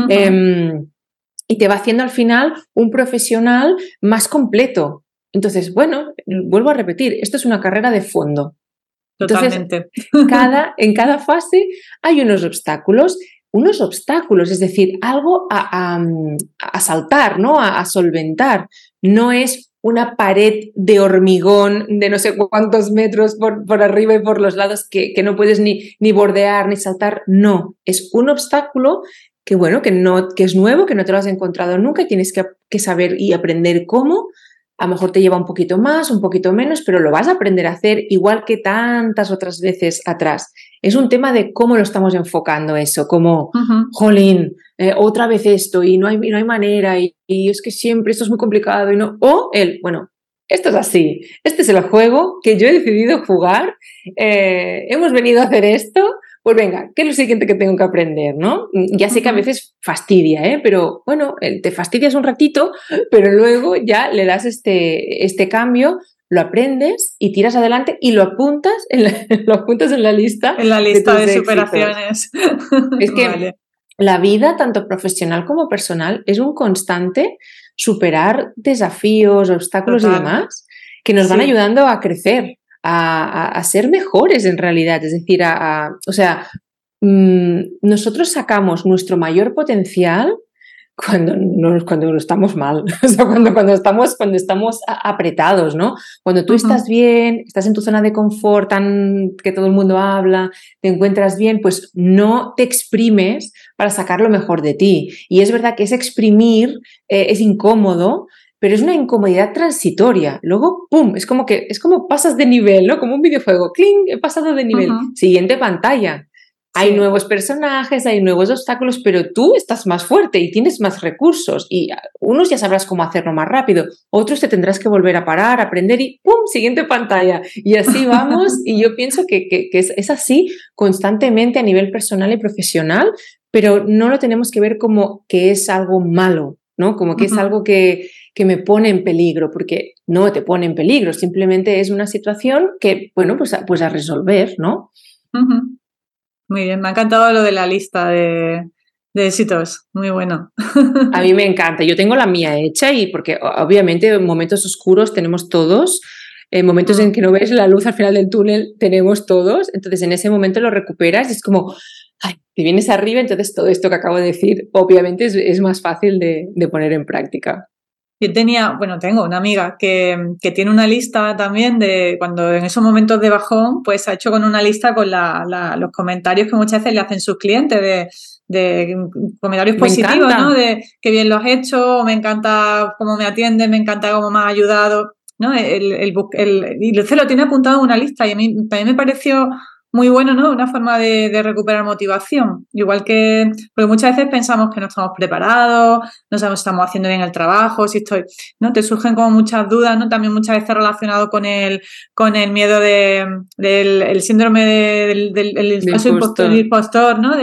Y te va haciendo al final un profesional más completo. Entonces, bueno, vuelvo a repetir, esto es una carrera de fondo.
Totalmente.
Entonces, en cada fase hay unos obstáculos, es decir, algo a saltar, ¿no? A solventar. No es una pared de hormigón de no sé cuántos metros por arriba y por los lados que no puedes ni bordear ni saltar. No, es un obstáculo que, bueno, que es nuevo, que no te lo has encontrado nunca y tienes que saber y aprender cómo. A lo mejor te lleva un poquito más, un poquito menos, pero lo vas a aprender a hacer igual que tantas otras veces atrás. Es un tema de cómo lo estamos enfocando eso, como, jolín, otra vez esto y no hay manera y es que siempre esto es muy complicado y no. O bueno, esto es así, este es el juego que yo he decidido jugar, hemos venido a hacer esto. Pues venga, ¿qué es lo siguiente que tengo que aprender, no? Ya sé que a veces fastidia, pero bueno, te fastidias un ratito, pero luego ya le das este cambio, lo aprendes y tiras adelante y lo apuntas en la lista.
En la lista de superaciones.
Es que la vida, tanto profesional como personal, es un constante superar desafíos, obstáculos y demás que nos van ayudando a crecer. A ser mejores en realidad, es decir, o sea, nosotros sacamos nuestro mayor potencial cuando estamos mal, o sea, cuando estamos apretados, ¿no? Cuando tú estás bien, estás en tu zona de confort, que todo el mundo habla, te encuentras bien, pues no te exprimes para sacar lo mejor de ti. Y es verdad que ese exprimir es incómodo, pero es una incomodidad transitoria. Luego, ¡pum! Es como pasas de nivel, ¿no? Como un videojuego. ¡Cling! He pasado de nivel. Siguiente pantalla. Hay nuevos personajes, hay nuevos obstáculos, pero tú estás más fuerte y tienes más recursos. Y unos ya sabrás cómo hacerlo más rápido, otros te tendrás que volver a parar, aprender y ¡pum! Siguiente pantalla. Y así vamos. Y yo pienso que es así constantemente a nivel personal y profesional, pero no lo tenemos que ver como que es algo malo, ¿no? Como que es algo que me pone en peligro, porque no te pone en peligro, simplemente es una situación que, bueno, pues a resolver, ¿no?
Muy bien, me ha encantado lo de la lista de éxitos, muy bueno.
A mí me encanta, yo tengo la mía hecha y porque obviamente momentos oscuros tenemos todos, momentos en que no ves la luz al final del túnel tenemos todos, entonces en ese momento lo recuperas y es como, ay, te vienes arriba, entonces todo esto que acabo de decir obviamente es más fácil de poner en práctica.
Yo tengo una amiga que tiene una lista también de cuando en esos momentos de bajón, pues ha hecho con una lista con los comentarios que muchas veces le hacen sus clientes de comentarios positivos, ¿no? De qué bien lo has hecho, me encanta cómo me atiendes, me encanta cómo me has ayudado. ¿no? Y se lo tiene apuntado en una lista y a mí también me pareció muy bueno, ¿no? Una forma de recuperar motivación. Igual que, porque muchas veces pensamos que no estamos preparados, no sabemos si estamos haciendo bien el trabajo, si estoy, ¿no? Te surgen como muchas dudas, ¿no? También muchas veces relacionado con el miedo del síndrome del falso impostor, ¿no?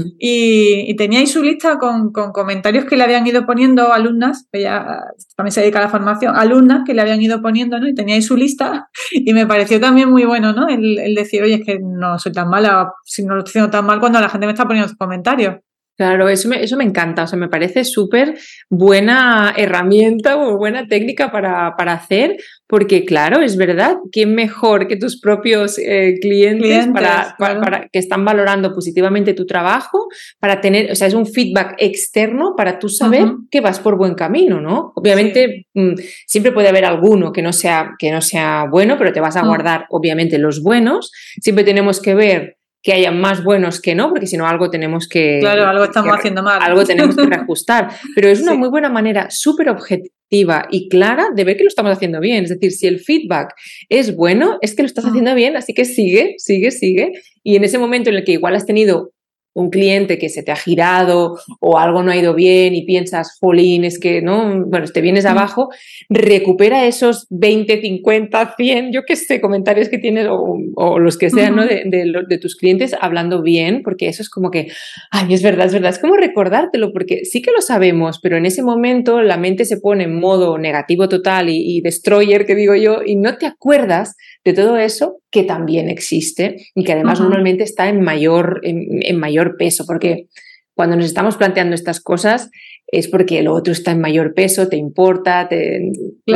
Y teníais su lista con comentarios que le habían ido poniendo alumnas, que ya también se dedica a la formación, alumnas que le habían ido poniendo, ¿no? Y teníais su lista y me pareció también muy bueno, ¿no? El decir, oye, es que no soy tan mala, si no lo estoy haciendo tan mal cuando la gente me está poniendo sus comentarios.
Claro, eso me encanta, o sea, me parece súper buena herramienta o buena técnica para hacer, porque claro, es verdad, ¿quién mejor que tus propios clientes para que están valorando positivamente tu trabajo, para tener, o sea, es un feedback externo para tú saber que vas por buen camino, ¿no? Obviamente siempre puede haber alguno que no sea bueno, pero te vas a guardar, obviamente, los buenos. Siempre tenemos que ver que haya más buenos que no, porque si no algo tenemos que...
Claro, algo estamos haciendo mal.
Algo tenemos que reajustar, pero es una muy buena manera, súper objetiva y clara de ver que lo estamos haciendo bien. Es decir, si el feedback es bueno, es que lo estás haciendo bien, así que sigue. Y en ese momento en el que igual has tenido un cliente que se te ha girado o algo no ha ido bien y piensas, jolín, es que no, bueno, te vienes abajo, recupera esos 20, 50, 100, yo qué sé, comentarios que tienes o los que sean, ¿no? de tus clientes hablando bien, porque eso es como que, ay, es verdad, es como recordártelo, porque sí que lo sabemos, pero en ese momento la mente se pone en modo negativo total y destroyer, que digo yo, y no te acuerdas de todo eso que también existe y que además normalmente está en mayor peso, porque cuando nos estamos planteando estas cosas es porque lo otro está en mayor peso, te importa, te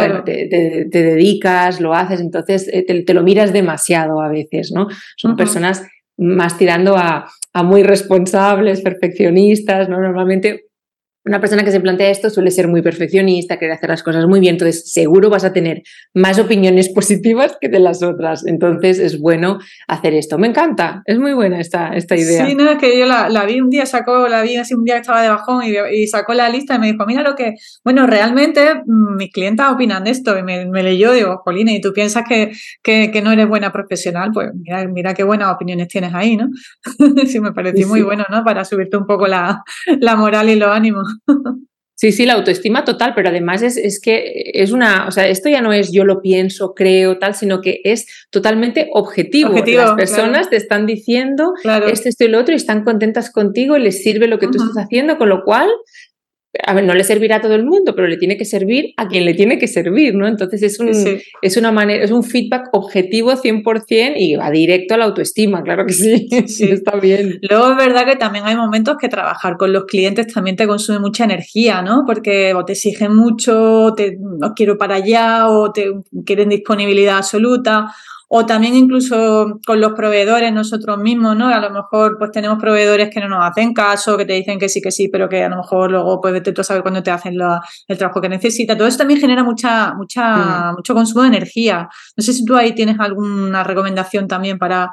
dedicas, lo haces, entonces te lo miras demasiado a veces, ¿no? Son personas más tirando a muy responsables, perfeccionistas, ¿no? Normalmente una persona que se plantea esto suele ser muy perfeccionista, quiere hacer las cosas muy bien, entonces seguro vas a tener más opiniones positivas que de las otras. Entonces es bueno hacer esto. Me encanta, es muy buena esta idea.
Sí, no, es que yo la vi un día, la vi así un día que estaba de bajón y sacó la lista y me dijo, mira lo que, bueno, realmente mis clientas opinan de esto y me leyó, digo, Jolina, ¿y tú piensas que no eres buena profesional? Pues mira qué buenas opiniones tienes ahí, ¿no? Sí, me pareció muy bueno, ¿no? Para subirte un poco la moral y los ánimos.
Sí, la autoestima total, pero además es que es o sea, esto ya no es yo lo pienso, creo, tal, sino que es totalmente objetivo. Las personas te están diciendo esto y lo otro y están contentas contigo y les sirve lo que tú estás haciendo, con lo cual, a ver, no le servirá a todo el mundo, pero le tiene que servir a quien le tiene que servir, ¿no? Entonces es una manera, es un feedback objetivo 100% y va directo a la autoestima, claro que sí. Está bien.
Luego es verdad que también hay momentos que trabajar con los clientes también te consume mucha energía, ¿no? Porque o te exigen mucho, no quiero para allá, o te quieren disponibilidad absoluta. O también incluso con los proveedores nosotros mismos, ¿no? A lo mejor pues tenemos proveedores que no nos hacen caso, que te dicen que sí, pero que a lo mejor luego pues vete tú a saber cuándo te hacen el trabajo que necesitas. Todo eso también genera mucho consumo de energía. No sé si tú ahí tienes alguna recomendación también para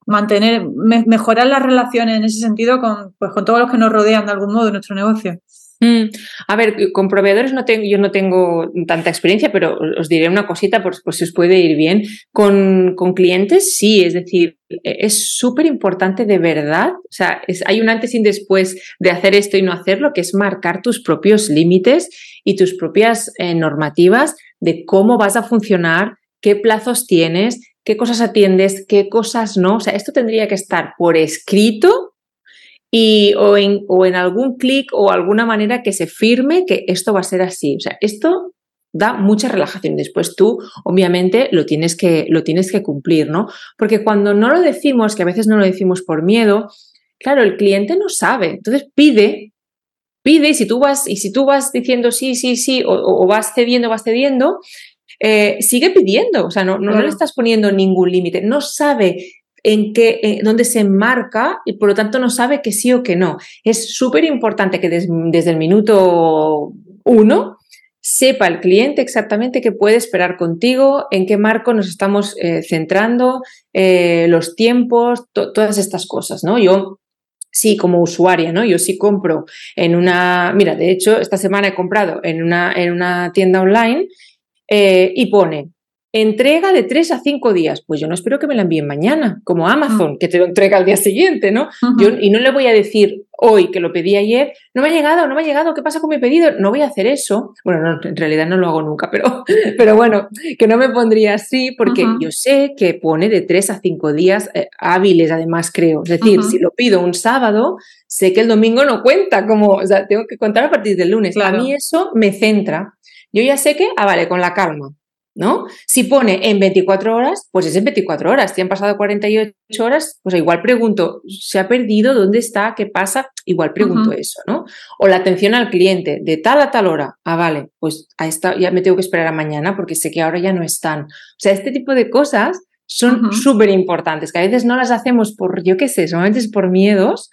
mejorar las relaciones en ese sentido con todos los que nos rodean de algún modo en nuestro negocio.
A ver, con proveedores yo no tengo tanta experiencia, pero os diré una cosita por si os puede ir bien. Con clientes sí, es decir, es súper importante de verdad, o sea, hay un antes y un después de hacer esto y no hacerlo, que es marcar tus propios límites y tus propias normativas de cómo vas a funcionar, qué plazos tienes, qué cosas atiendes, qué cosas no. O sea, esto tendría que estar por escrito o en algún clic o alguna manera que se firme que esto va a ser así. O sea, esto da mucha relajación. Después tú, obviamente, lo tienes que cumplir, ¿no? Porque cuando no lo decimos, que a veces no lo decimos por miedo, claro, el cliente no sabe. Entonces pide, y si tú vas diciendo sí, o vas cediendo, sigue pidiendo. O sea, no le estás poniendo ningún límite. No sabe dónde se enmarca y por lo tanto no sabe que sí o que no. Es súper importante que desde el minuto 1 sepa el cliente exactamente qué puede esperar contigo, en qué marco nos estamos centrando, los tiempos, todas estas cosas, ¿no? Yo sí, como usuaria, ¿no? Yo sí compro mira, de hecho, esta semana he comprado en una tienda online y pone entrega de 3 a 5 días. Pues yo no espero que me la envíen mañana, como Amazon, que te lo entrega al día siguiente, ¿no? Y no le voy a decir hoy que lo pedí ayer, no me ha llegado, ¿qué pasa con mi pedido? No voy a hacer eso. Bueno, no, en realidad no lo hago nunca, pero bueno, que no me pondría así porque yo sé que pone de 3 a 5 días hábiles, además creo. Es decir, si lo pido un sábado, sé que el domingo no cuenta, o sea, tengo que contar a partir del lunes. Claro. A mí eso me centra. Yo ya sé que, vale, con la calma, ¿no? Si pone en 24 horas, pues es en 24 horas. Si han pasado 48 horas, pues igual pregunto, ¿se ha perdido? ¿Dónde está? ¿Qué pasa? Igual pregunto eso, ¿no? O la atención al cliente, de tal a tal hora. Vale, pues a esta ya me tengo que esperar a mañana porque sé que ahora ya no están. O sea, este tipo de cosas son súper importantes, que a veces no las hacemos por, yo qué sé, solamente es por miedos.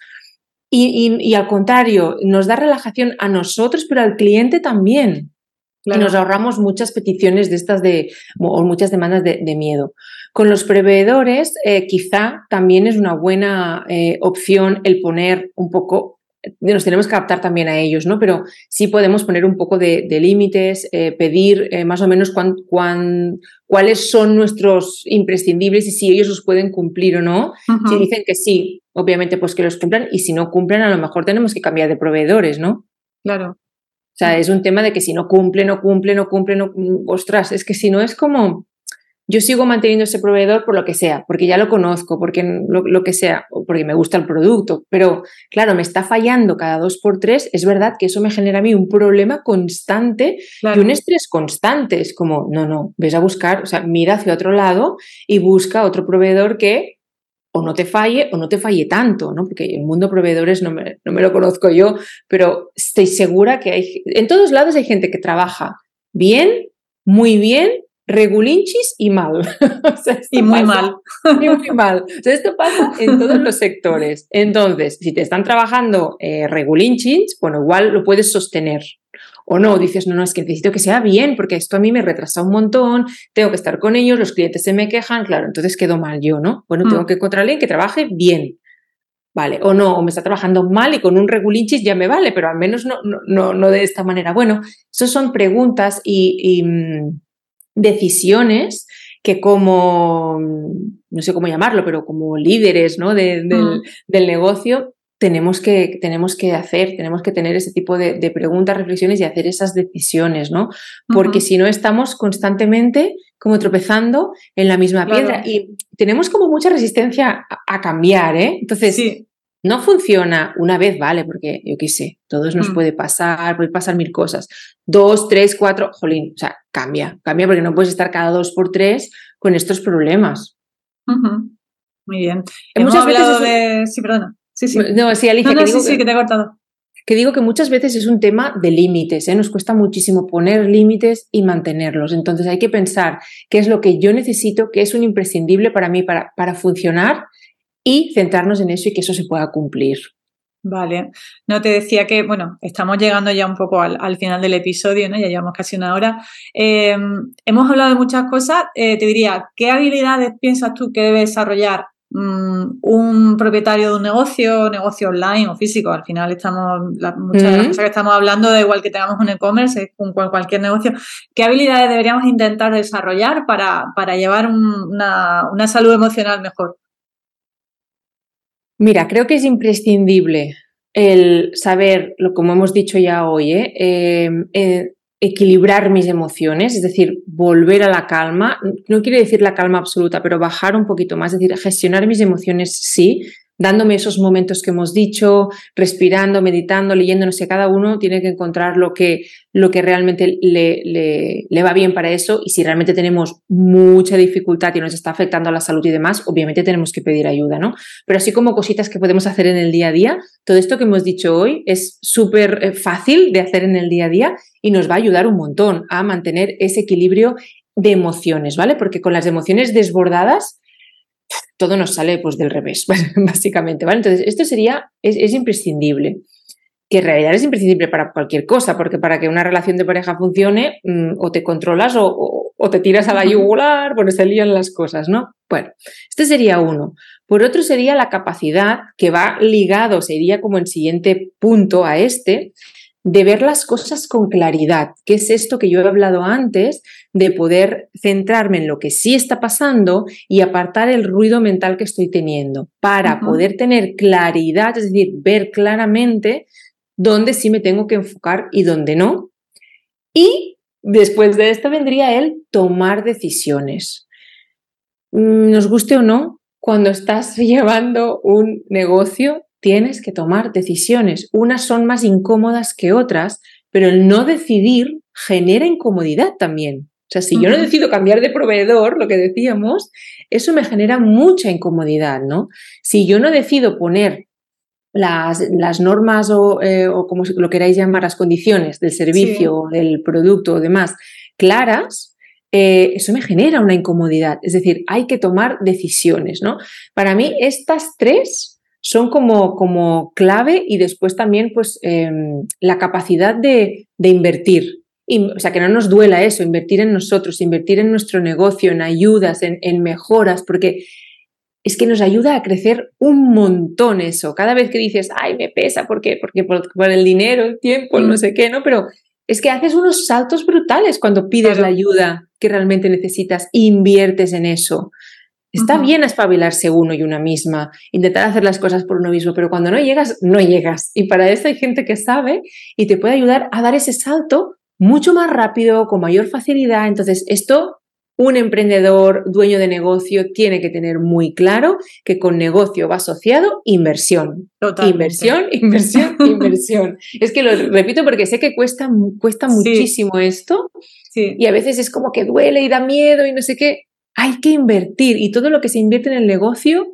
Y al contrario, nos da relajación a nosotros, pero al cliente también. Claro. Y nos ahorramos muchas peticiones de estas o muchas demandas de miedo. Con los proveedores, quizá también es una buena opción el poner un poco, nos tenemos que adaptar también a ellos, ¿no? Pero sí podemos poner un poco de límites, pedir más o menos cuáles son nuestros imprescindibles y si ellos los pueden cumplir o no. Si dicen que sí, obviamente pues que los cumplan, y si no cumplen, a lo mejor tenemos que cambiar de proveedores, ¿no?
Claro.
O sea, es un tema de que si no cumple, ostras, es que si no es como, yo sigo manteniendo ese proveedor por lo que sea, porque ya lo conozco, porque lo que sea, o porque me gusta el producto, pero claro, me está fallando cada 2x3, es verdad que eso me genera a mí un problema constante y un estrés constante, es como, no, ves a buscar, o sea, mira hacia otro lado y busca otro proveedor que o no te falle tanto, ¿no? Porque el mundo proveedores no me lo conozco yo, pero estoy segura que en todos lados hay gente que trabaja bien, muy bien, regulinchis y mal. O sea,
y muy mal.
Y muy mal. O sea, esto pasa en todos los sectores. Entonces, si te están trabajando regulinchis, bueno, igual lo puedes sostener. O no, dices, no, es que necesito que sea bien, porque esto a mí me retrasa un montón, tengo que estar con ellos, los clientes se me quejan, claro, entonces quedo mal yo, ¿no? Bueno, tengo que encontrar a alguien que trabaje bien, ¿vale? O no, o me está trabajando mal y con un regulinchis ya me vale, pero al menos no de esta manera. Bueno, esas son preguntas y decisiones que como, no sé cómo llamarlo, pero como líderes, ¿no? del negocio, tenemos que hacer, tenemos que tener ese tipo de preguntas, reflexiones y hacer esas decisiones, ¿no? Porque si no estamos constantemente como tropezando en la misma piedra y tenemos como mucha resistencia a cambiar, ¿eh? Entonces, no funciona una vez, vale, porque yo qué sé, todos nos puede pasar 1000 cosas. 2, 3, 4, jolín, o sea, cambia, porque no puedes estar cada 2x3 con estos problemas.
Muy bien.
Hemos
hablado de... Sí, perdona. Sí.
No, sí, Alicia,
que te he cortado.
Que digo que muchas veces es un tema de límites, ¿eh? Nos cuesta muchísimo poner límites y mantenerlos. Entonces hay que pensar qué es lo que yo necesito, qué es un imprescindible para mí para funcionar y centrarnos en eso y que eso se pueda cumplir.
Vale. No, te decía que, bueno, estamos llegando ya un poco al final del episodio, ¿no? Ya llevamos casi una hora. Hemos hablado de muchas cosas. Te diría, ¿qué habilidades piensas tú que debe desarrollar un propietario de un negocio online o físico? Al final muchas de las cosas que estamos hablando, da igual que tengamos un e-commerce, con cualquier negocio. ¿Qué habilidades deberíamos intentar desarrollar para llevar una salud emocional mejor?
Mira, creo que es imprescindible el saber, como hemos dicho ya hoy, equilibrar mis emociones, es decir, volver a la calma. No quiere decir la calma absoluta, pero bajar un poquito más, es decir, gestionar mis emociones, sí, dándome esos momentos que hemos dicho, respirando, meditando, leyendo, no sé, cada uno tiene que encontrar lo que realmente le va bien para eso, y si realmente tenemos mucha dificultad y nos está afectando a la salud y demás, obviamente tenemos que pedir ayuda, ¿no? Pero así como cositas que podemos hacer en el día a día, todo esto que hemos dicho hoy es súper fácil de hacer en el día a día y nos va a ayudar un montón a mantener ese equilibrio de emociones, ¿vale? Porque con las emociones desbordadas todo nos sale pues del revés, básicamente, ¿vale? Entonces, esto es imprescindible, que en realidad es imprescindible para cualquier cosa, porque para que una relación de pareja funcione, o te controlas o te tiras a la yugular, bueno, se lían las cosas, ¿no? Bueno, este sería uno. Por otro sería la capacidad, que va ligado, sería como el siguiente punto a este, de ver las cosas con claridad, que es esto que yo he hablado antes, de poder centrarme en lo que sí está pasando y apartar el ruido mental que estoy teniendo para poder tener claridad, es decir, ver claramente dónde sí me tengo que enfocar y dónde no. Y después de esto vendría el tomar decisiones. Nos guste o no, cuando estás llevando un negocio, tienes que tomar decisiones. Unas son más incómodas que otras, pero el no decidir genera incomodidad también. O sea, si yo no decido cambiar de proveedor, lo que decíamos, eso me genera mucha incomodidad, ¿no? Si yo no decido poner las normas o como lo queráis llamar, las condiciones del servicio, del producto o demás, claras, eso me genera una incomodidad. Es decir, hay que tomar decisiones, ¿no? Para mí, estas tres son como clave y después también pues, la capacidad de invertir. O sea, que no nos duela eso, invertir en nosotros, invertir en nuestro negocio, en ayudas, en mejoras, porque es que nos ayuda a crecer un montón eso. Cada vez que dices, ay, me pesa, ¿por qué? Porque por el dinero, el tiempo, el no sé qué, ¿no? Pero es que haces unos saltos brutales cuando pides la ayuda que realmente necesitas e inviertes en eso. Está bien espabilarse uno y una misma, intentar hacer las cosas por uno mismo, pero cuando no llegas, no llegas. Y para eso hay gente que sabe y te puede ayudar a dar ese salto mucho más rápido, con mayor facilidad. Entonces, esto, un emprendedor, dueño de negocio, tiene que tener muy claro que con negocio va asociado inversión. Totalmente. Inversión. Es que lo repito porque sé que cuesta muchísimo esto y a veces es como que duele y da miedo y no sé qué. Hay que invertir y todo lo que se invierte en el negocio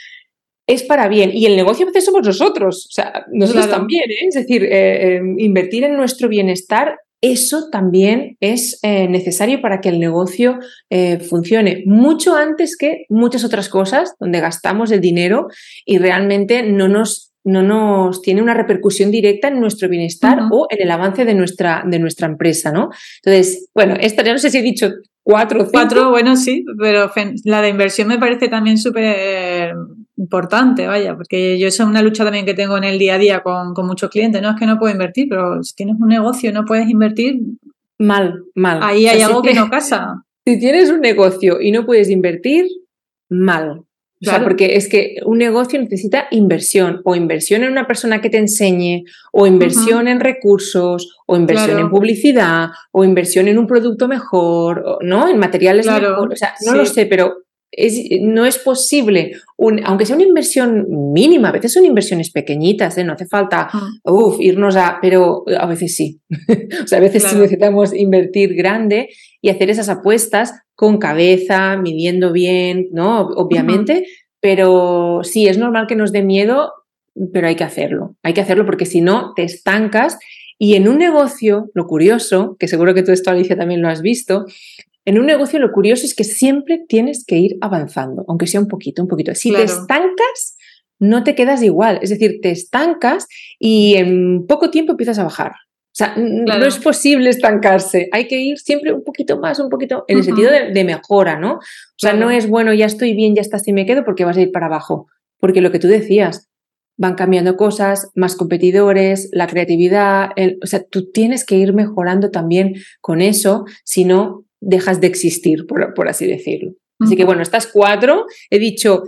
es para bien. Y el negocio a veces somos nosotros, o sea, nosotros también, ¿eh? Es decir, invertir en nuestro bienestar, eso también es necesario para que el negocio funcione mucho antes que muchas otras cosas donde gastamos el dinero y realmente no nos tiene una repercusión directa en nuestro bienestar o en el avance de nuestra empresa, ¿no? Entonces, bueno, esta ya no sé si he dicho 4 o 5.
4, bueno, sí, pero la de inversión me parece también súper importante, vaya, porque yo esa es una lucha también que tengo en el día a día con muchos clientes, no es que no puedo invertir, pero si tienes un negocio y no puedes invertir,
mal.
Ahí hay algo que no casa.
Si tienes un negocio y no puedes invertir, mal. O sea, porque es que un negocio necesita inversión, o inversión en una persona que te enseñe, o inversión en recursos, o inversión en publicidad, o inversión en un producto mejor, ¿no? En materiales mejor. O sea, no lo sé, pero no es posible, aunque sea una inversión mínima, a veces son inversiones pequeñitas, no hace falta irnos pero a veces sí. O sea, a veces sí necesitamos invertir grande y hacer esas apuestas con cabeza, midiendo bien, ¿no? Obviamente, pero sí, es normal que nos dé miedo, pero hay que hacerlo porque si no te estancas. Y en un negocio, lo curioso, que seguro que tú esto, Alicia, también lo has visto, en un negocio lo curioso es que siempre tienes que ir avanzando, aunque sea un poquito. Si te estancas, no te quedas igual. Es decir, te estancas y en poco tiempo empiezas a bajar. O sea, no es posible estancarse. Hay que ir siempre un poquito más, en el sentido de mejora, ¿no? O sea, no es, bueno, ya estoy bien, ya está, así me quedo, porque vas a ir para abajo. Porque lo que tú decías, van cambiando cosas, más competidores, la creatividad, o sea, tú tienes que ir mejorando también con eso, si no dejas de existir, por así decirlo. Así que bueno, estas 4, he dicho...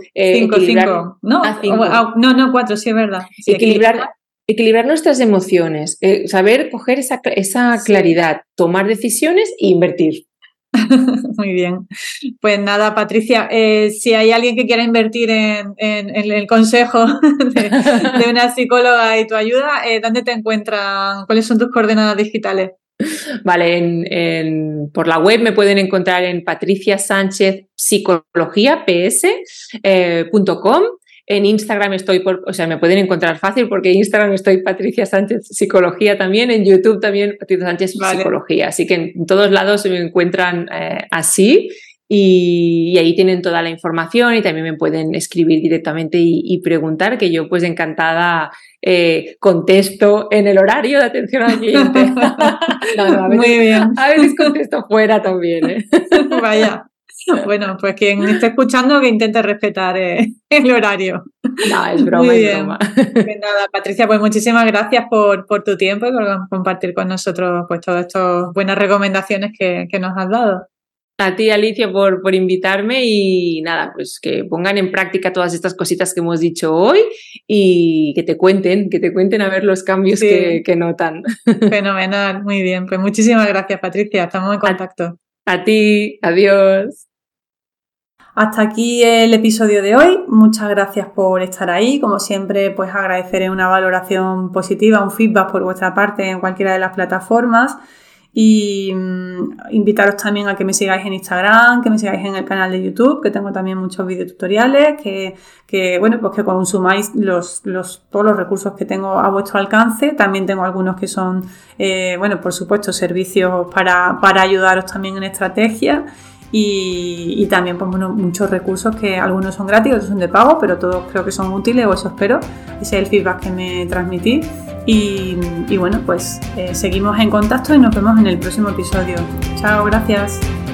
5. No, 5. 4, sí es verdad. Sí,
equilibrar nuestras emociones, saber coger esa claridad, tomar decisiones e invertir.
Muy bien. Pues nada, Patricia, si hay alguien que quiera invertir en el consejo de una psicóloga y tu ayuda, ¿dónde te encuentran? ¿Cuáles son tus coordenadas digitales?
Vale, por la web me pueden encontrar en patriciasanchezpsicologiaps.com. En Instagram me pueden encontrar fácil porque en Instagram estoy Patricia Sánchez Psicología también, en YouTube también Patricia Sánchez Psicología, así que en todos lados se me encuentran así y ahí tienen toda la información y también me pueden escribir directamente y preguntar, que yo pues encantada contesto en el horario de atención al cliente.
Muy bien.
A veces contesto fuera también, ¿eh?
Vaya. Bueno, pues quien esté escuchando que intente respetar el horario.
No, es broma,
Muy
es
bien.
broma.
Pues nada, Patricia, pues muchísimas gracias por tu tiempo y por compartir con nosotros pues todas estas buenas recomendaciones que nos has dado.
A ti, Alicia, por invitarme y nada, pues que pongan en práctica todas estas cositas que hemos dicho hoy y que te cuenten a ver los cambios que notan.
Fenomenal, muy bien. Pues muchísimas gracias, Patricia. Estamos en contacto.
A ti, adiós.
Hasta aquí el episodio de hoy. Muchas gracias por estar ahí. Como siempre, pues agradeceré una valoración positiva, un feedback por vuestra parte en cualquiera de las plataformas. Y invitaros también a que me sigáis en Instagram, que me sigáis en el canal de YouTube, que tengo también muchos videotutoriales, que bueno, pues que consumáis todos los recursos que tengo a vuestro alcance. También tengo algunos que son, bueno, por supuesto, servicios para ayudaros también en estrategia. Y también pues, bueno, muchos recursos que algunos son gratis, otros son de pago, pero todos creo que son útiles, o eso espero. Ese es el feedback que me transmitís. Y bueno, pues seguimos en contacto y nos vemos en el próximo episodio. Chao, gracias.